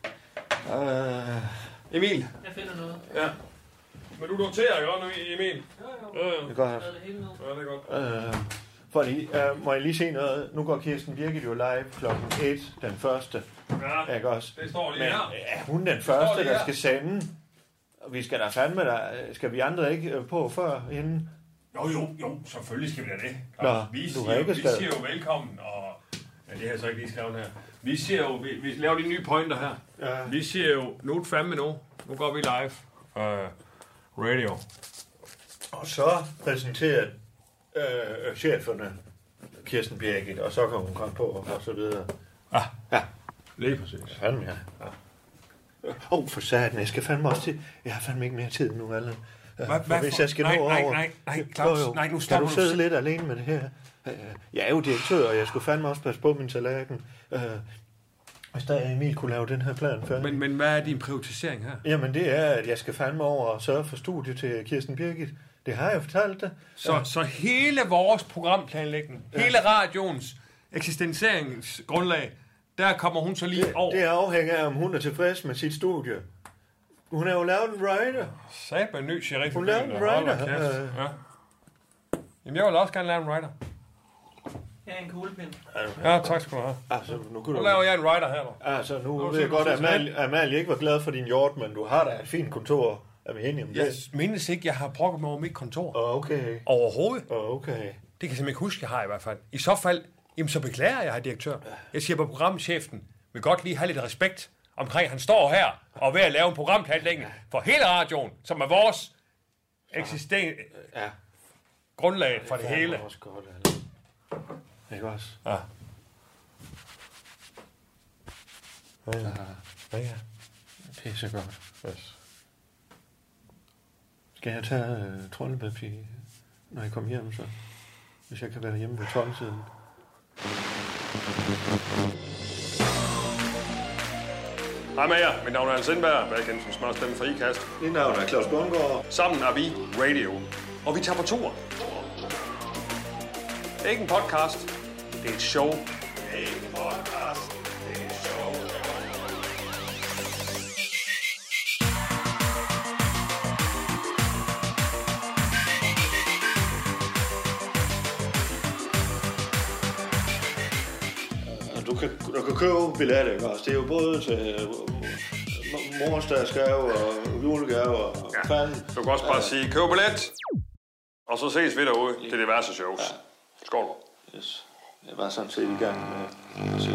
Øh, Emil. Jeg finder noget. Ja. Men du noterer jo nu, Emil. Ja, ja. det er godt. Jeg det hele med. Ja, det er godt. Øh, fordi, øh, må jeg lige se noget? Nu går Kirsten Birgit jo live klokken et, den første. Ja, Ikke også? det står lige Men her. er hun den første, lige der her. skal sende? Og vi skal da fandme der. Skal vi andre ikke øh, på før inden? Jo, jo, jo, selvfølgelig skal vi da det. Nå, vi, du siger, har ikke vi skrevet. siger jo velkommen, og ja, det har jeg så ikke lige skrevet her. Vi siger jo, vi, vi laver de nye pointer her. Ja. Vi siger jo, nu er det fandme nu. Nu går vi live. Uh, radio. Og så præsenterer øh, cheferne Kirsten Birgit, og så kan hun komme på og så videre. Ah, Ja, lige præcis. fandme ja. Åh, oh, for satan, jeg skal fandme også til. Jeg har fandme ikke mere tid nu, Allan. Uh, Hvad, for hvad hvis for? jeg skal nej, nå nej, over... nej, nej, Claus, jo, jo. nej, nu Kan stopper du du. sidde lidt alene med det her? Uh, jeg er jo direktør, og jeg skulle fandme også passe på min tallerken. Uh, hvis der Emil kunne lave den her plan færdig. Men, men hvad er din prioritisering her? Jamen det er, at jeg skal fandme over og sørge for studiet til Kirsten Birgit. Det har jeg fortalt dig. Så, ja. så hele vores programplanlægning, ja. hele radioens eksistensgrundlag, der kommer hun så lige det, over. Det afhænger af, om hun er tilfreds med sit studie. Hun har jo lavet en writer. Sat med en ny sheriff. Hun lavede en writer. Ja. Ja. Jamen, jeg vil også gerne lave en writer. Ja, en kuglepind. Ja, tak skal du have. Altså, nu, nu laver jeg en writer her. Du. Altså, nu, nu ved jeg godt, at Amalie, Amalie ikke var glad for din hjort, men du har da et fint kontor. Er vi enige om det? Jeg mindes ikke, jeg har brokket mig over mit kontor. Okay. Overhovedet. Okay. Det kan jeg simpelthen ikke huske, jeg har i hvert fald. I så fald, jamen så beklager jeg, herr direktør. Jeg siger på programchefen, vil godt lige have lidt respekt omkring, at han står her og er ved at lave en programplanlægning for hele radioen, som er vores eksistens ja. grundlag for det, det hele. Også godt, altså. Ikke også? Ja. Ja, ja. Ja, ja. Pisse godt. Yes. Skal jeg tage uh, troldepapir, når jeg kommer hjem så? Hvis jeg kan være hjemme ved tolv-tiden. Hej med jer. Mit navn er Hans Sindberg. Jeg kendt som smørstemme fra IKAST. Mit navn er Claus Bundgaard. Sammen er vi Radio. Og vi tager på tur. Det er ikke en podcast. Det er et show. Det er ikke en podcast. Det er et show. Du kan, du kan købe billetter, ikke også? Det er jo både til uh, morsdagsgave og julegave og ja. fanden. Du kan også bare ja. sige, køb billet, og så ses vi derude ja. til diverse shows. Ja. Skål. Yes. Jeg var sådan set i gang med at se.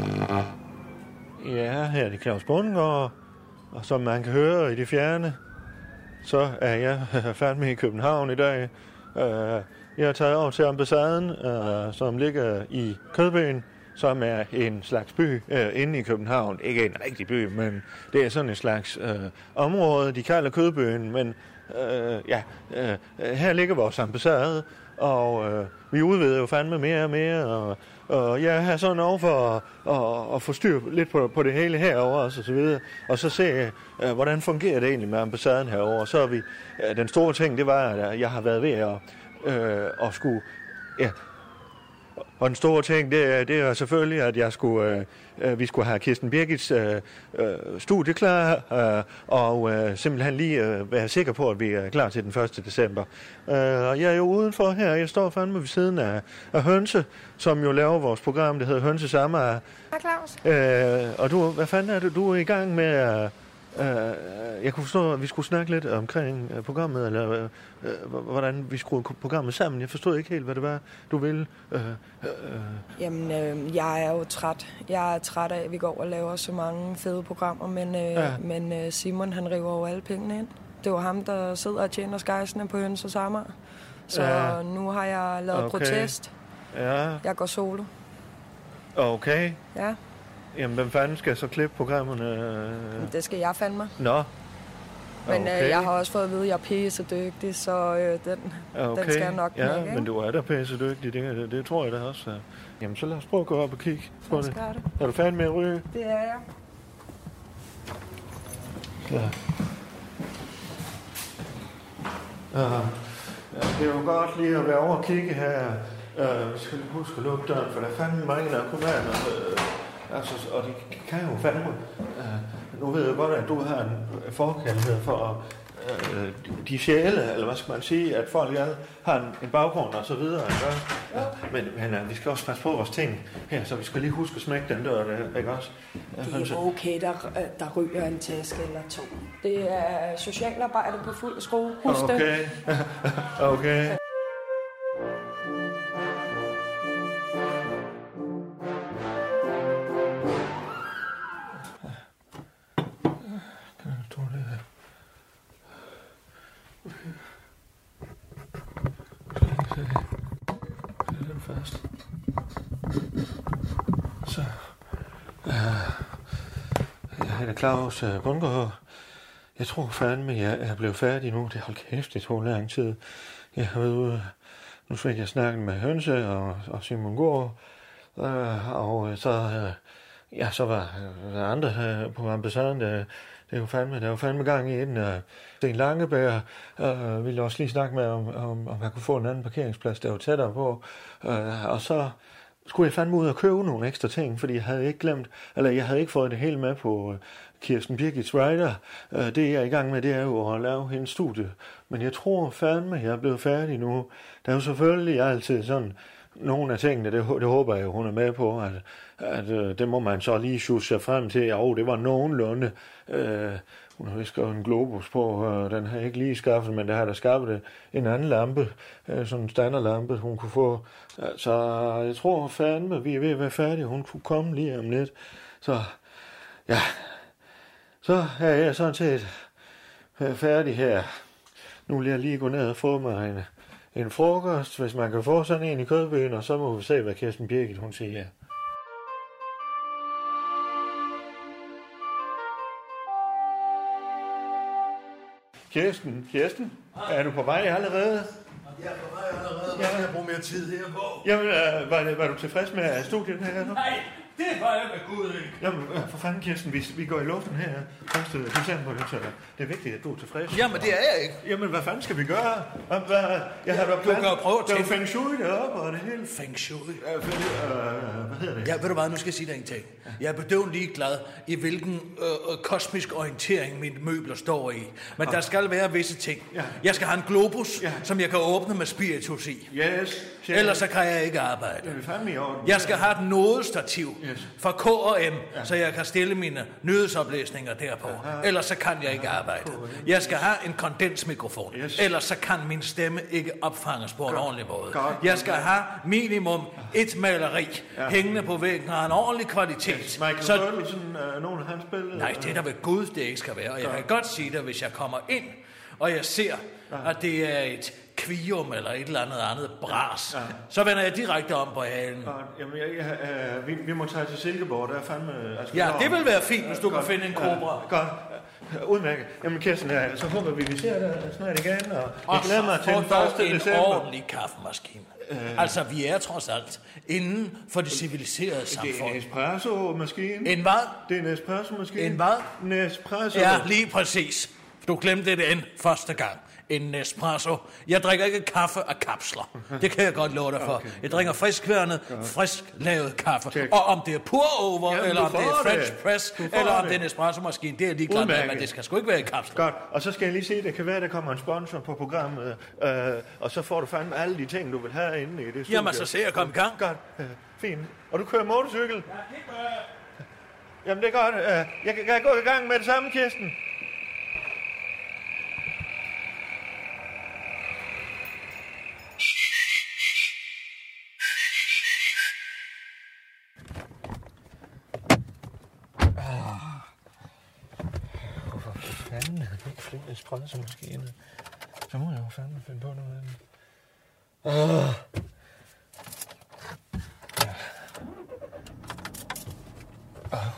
Ja, her er det Claus Bundgaard, og som man kan høre i det fjerne, så er jeg færdig i København i dag. Jeg har taget over til ambassaden, som ligger i Kødbyen, som er en slags by øh, inde i København. Ikke en rigtig by, men det er sådan en slags øh, område, de kalder Kødbyen. Men øh, ja, øh, her ligger vores ambassade, og øh, vi udvider jo fandme mere og mere. Og, og jeg har sådan over for at, at, at få styr lidt på, på det hele herovre og så videre. Og så se, øh, hvordan fungerer det egentlig med ambassaden herovre. Så er vi, øh, den store ting, det var, at jeg har været ved at, øh, at skulle... Ja, Og den store ting, det er, det er selvfølgelig, at jeg skulle, øh, vi skulle have Kirsten Birgits øh, øh, studie klar, øh, og øh, simpelthen lige øh, være sikker på, at vi er klar til den første december. Øh, og jeg er jo udenfor her, jeg står fandme ved siden af, af Hønse, som jo laver vores program, det hedder Hønse Sammer. Hej Claus. Øh, og du, hvad fanden er det, du er i gang med at... Uh, jeg kunne forstå, at vi skulle snakke lidt omkring uh, programmet, eller uh, hvordan vi skruede programmet sammen. Jeg forstod ikke helt, hvad det var, du ville. Uh, uh, Jamen, øh, jeg er jo træt. Jeg er træt af, at vi går og laver så mange fede programmer, men, øh, ja. men øh, Simon, han river jo alle pengene ind. Det var ham, der sidder og tjener skejsene på Hønse Sammer. Så ja. Nu har jeg lavet okay. protest. Ja. Jeg går solo. Okay. Ja. Jamen, hvem fanden skal så klippe programmerne? Det skal jeg fandme. Nå. Men okay. øh, jeg har også fået at vide, at jeg er pissedygtig, så øh, den, okay. den skal jeg nok ja, med, ikke? Men du er da pissedygtig, det, det, det tror jeg da også. Jamen, så lad os prøve at gå op og kigge på det. det. Er du færdig med at ryge? Det er jeg. Ja. Ja. Ja, det er jo godt lige at være over og kigge her. Uh, vi skal huske at lukke døren, for der er fandme mange narkomaner. Uh, altså, og de kan jo fandme. Uh, nu ved jeg godt, at du har en forkærlighed for uh, de sjæle, eller hvad skal man sige, at folk alle har en, en baggrund og så videre. Ja. Uh, men men uh, vi skal også passe på vores ting her, så vi skal lige huske at smække den dør, der, ikke også? Uh, det er okay, der, der ryger en taske eller to. Det er socialarbejde på fuld skrue. Husk okay. det. Okay. Så. Uh, jeg hedder Claus Bundgaard. Jeg tror fandme, jeg er blevet færdig nu. Det hold kæft, det tog lang tid. Jeg har været ude... Nu fik jeg snakket med Hønse og, og Simon Gård. Øh, og så... Øh, ja, så var der andre øh, på ambassaden, der... Det er jo fandme, der er jo fandme gang i den. Uh, Sten Langebær uh, ville også lige snakke med, om, om, om jeg kunne få en anden parkeringsplads, der var tættere på. Uh, og så skulle jeg fandme ud og købe nogle ekstra ting, fordi jeg havde ikke glemt, eller jeg havde ikke fået det hele med på uh, Kirsten Birgits Rider. Uh, det jeg er i gang med, det er jo at lave hendes studie. Men jeg tror fandme, jeg er blevet færdig nu. Der er jo selvfølgelig altid sådan... Nogle af tingene, det, det håber jeg jo, hun er med på, at, at øh, det må man så lige sjusse sig frem til. Ja, oh, det var nogenlunde. Øh, hun har vist skrevet en globus på, øh, den har jeg ikke lige skaffet, men der har der skaffet en anden lampe, øh, sådan en standardlampe, hun kunne få. Så jeg tror fandme, vi er ved at være færdige. Hun kunne komme lige om lidt. Så ja, så er jeg sådan set færdig her. Nu vil jeg lige gå ned og få mig en... En frokost, hvis man kan få sådan en i Kødbyen, og så må vi se, hvad Kirsten Birgit, hun siger. Kirsten, Kirsten, er du på vej allerede? Jeg er på vej allerede. Hvad skal jeg bruge mere tid her på? Jamen, øh, var, var du tilfreds med studiet her nu? Nej, det var jeg med Gud ikke. Jamen, for fanden, Kirsten, vi, vi går i luften her første december, så det er vigtigt, at du er tilfreds. Jamen, det er jeg ikke. Jamen, hvad fanden skal vi gøre? Hvad, jeg har da du kan prøve at tænke... Der er feng shui deroppe, og det hele. Feng shui? Ja, øh, hvad hedder det? Ja, ved du hvad, nu skal jeg sige dig en ting. Jeg er bedøvende ligeglad i hvilken øh, kosmisk orientering mine møbler står i. Men der skal være visse ting. Ja. Jeg skal have en globus, ja. som jeg kan åbne med spiritus i. Yes. Ellers så kan jeg ikke arbejde. Det er fandme i orden. Jeg skal have et nådestativ yes. fra K og M, ja. så jeg kan stille mine nyhedsoplæsninger derpå. Ja. Ellers så kan jeg ikke arbejde. Jeg skal have en kondensmikrofon. Yes. Ellers så kan min stemme ikke opfanges på en God. ordentlig måde. God. Jeg skal have minimum et maleri ja. hængende på væggen og en ordentlig kvalitet. Yes. Michael så... Burley, sådan uh, nogle af hans billeder? Nej, det er der ved Gud, det ikke skal være. Og jeg God. kan godt sige det, hvis jeg kommer ind, og jeg ser, ja. at det er et kvium eller et eller andet andet bras, ja. så vender jeg direkte om på halen. Ja, jamen, jeg, jeg, øh, vi, vi må tage til Silkeborg, der er fandme... Altså, ja, det vil være fint, hvis du kan finde en kobra. Ja, godt. Udmærket. Jamen, Kirsten, ja, så håber vi, vi ser dig snart igen, og, og jeg glæder mig til den første december. Og så en ordentlig kaffemaskine. Øh. Altså, vi er trods alt inden for det civiliserede samfund. Det er en espresso-maskine. En hvad? Det er en espresso-maskine. En hvad? En espresso. Ja, lige præcis. Du glemte det end første gang. En Nespresso. Jeg drikker ikke kaffe af kapsler. Det kan jeg godt love dig for. Okay. Jeg drikker friskværnet, frisk lavet kaffe. Check. Og om det er pour-over, ja, eller om det er French det. press, eller om det er en espresso-maskine, det er lige klart med, men det skal sgu ikke være i kapsler. Godt. Og så skal jeg lige sige, det kan være, der kommer en sponsor på programmet, øh, og så får du fandme alle de ting, du vil have inde i det studie. Jamen, så ser jeg komme i gang. Godt. Øh, fint. Og du kører motorcykel? Ja, det gør jeg. Jamen, det er godt. Øh, jeg, kan, kan jeg gå i gang med det samme, Kirsten? Fanden, er det ikke flink espresso maskine? Så må jeg jo fandme finde på noget andet. Uh. Ja. Uh.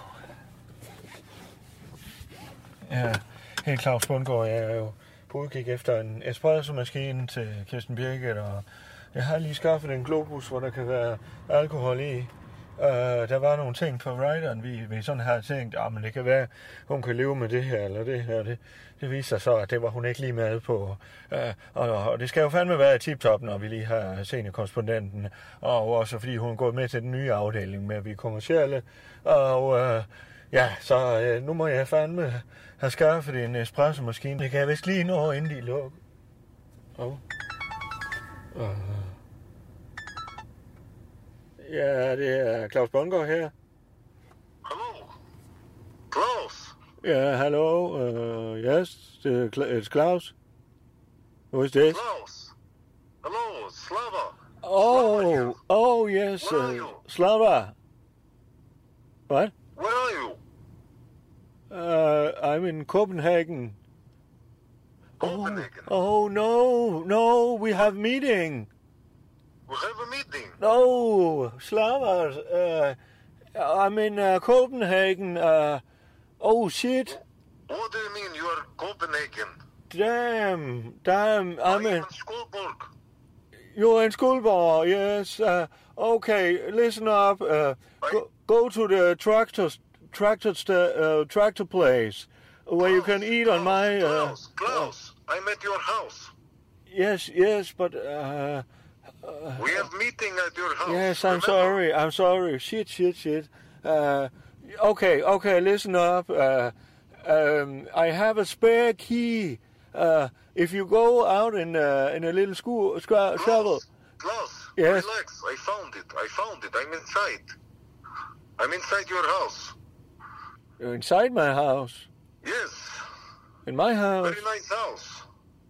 Ja, helt Claus Bundgaard, jeg er jo på udkig efter en espresso maskine til Kirsten Birgit, og jeg har lige skaffet en globus, hvor der kan være alkohol i. Uh, der var nogle ting på rideren, vi, vi sådan har tænkt, ah, men det kan være, hun kan leve med det her, eller det her. Det, det viser sig så, at det var hun ikke lige med på. Uh, og, og det skal jo fandme være tip-top, når vi lige har seniorkorrespondenten, og også fordi hun er gået med til den nye afdeling med, at vi er kommercielle. Og uh, ja, så uh, nu må jeg fandme have skaffet en espresso-maskine. Det kan jeg vist lige nå, inden de lukker. Oh. Uh. Ja, det er Claus Bundgaard her. Hello. Klaus. Yeah, hello. Uh, yes, it's Klaus. Who is this? Klaus. Hello, Slava. Oh, Slava oh yes, Where are uh, you? Slava. What? Where are you? Uh, I'm in Copenhagen. Copenhagen. Oh, oh no, no, we have meeting. We have a meeting. No, Slava. Uh, I'm in uh, Copenhagen. Uh, oh shit. What do you mean you are Copenhagen? Damn, damn, I'm in... Skuldborg. You're in Skuldborg, yes. Uh, okay, listen up. Uh, go, go to the tractor, tractor, st- uh, tractor place where you can eat on my... Uh, Klaus, Klaus, uh, I'm at your house. Yes, yes, but... Uh, uh, we have meeting at your house. Yes, I'm remember? sorry, I'm sorry. Shit, shit, shit. Uh, okay, okay, listen up. Uh, um, I have a spare key. Uh, if you go out in uh, in a little school sc- shovel. Klaus, yes. Relax. I found it. I found it. I'm inside. I'm inside your house. You're inside my house. Yes. In my house. Very nice house.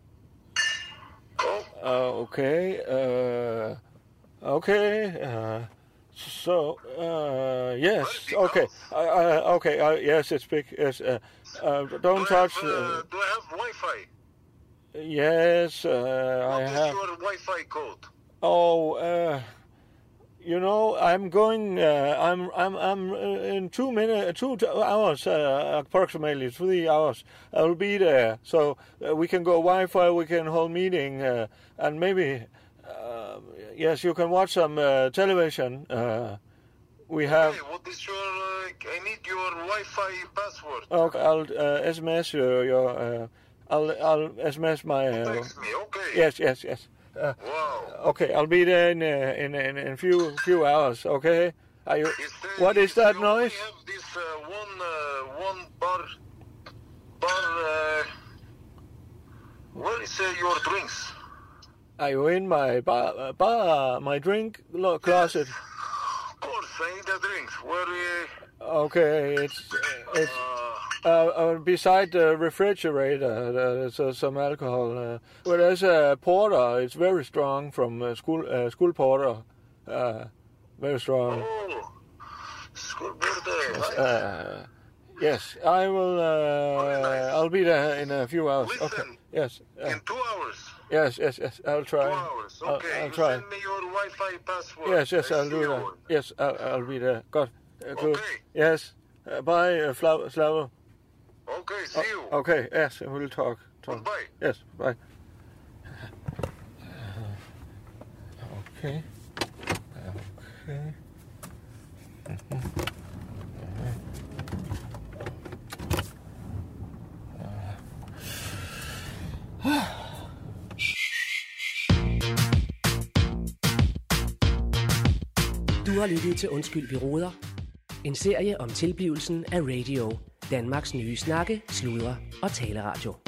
Oh. Uh, okay. Uh, okay. Uh, so uh, yes. Okay. Uh, uh, okay. Uh, yes, it's big. Yes. Uh, uh, don't do touch. Have, uh, do I have Wi-Fi? Yes, uh, what I is have. your Wi-Fi code? Oh, uh, you know, I'm going. Uh, I'm. I'm. I'm uh, in two minutes, two t- hours, uh, approximately three hours. I'll be there, so uh, we can go Wi-Fi. We can hold meeting, uh, and maybe, uh, yes, you can watch some uh, television. Uh, we have. Hey, what is your? Uh, I need your Wi-Fi password. Okay, I'll uh, S M S your. your uh, I'll. I'll S M S my. Uh, Text me, okay. Yes. Yes. Yes. Uh, wow. Okay, I'll be there in uh, in in in few few hours. Okay. Are you? Is there, what is that you noise? We have this uh, one uh, one bar bar. Uh, where is uh, your drinks? Are you in my bar? Uh, bar my drink lo- closet. Yes. Of course, I need the drinks. Where? Uh, okay, it's it's. Uh, uh, beside the refrigerator, uh, there's uh, some alcohol. Uh, well, there's a porter. It's very strong from uh, school uh, school porter. Uh, very strong. Oh, school porter. Yes, uh, yes, I will. Uh, nice. I'll be there in a few hours. Listen, okay. Yes. Uh, in two hours. Yes, yes, yes. I'll try. Two hours. Okay. I'll, I'll you try. Send me your Wi-Fi password. Yes, yes, I I'll do that. you. Yes, I'll, I'll be there. Good. Uh, good. Okay. Yes. Uh, bye, uh, Fla- Slava. Okay, see you. Oh, okay, yes, we'll talk. talk. Goodbye. Yes, bye. Okay. Okay. Du har lyttet til Undskyld, vi roder. En serie om tilblivelsen af radio. Danmarks nye snakke, sludre og taleradio.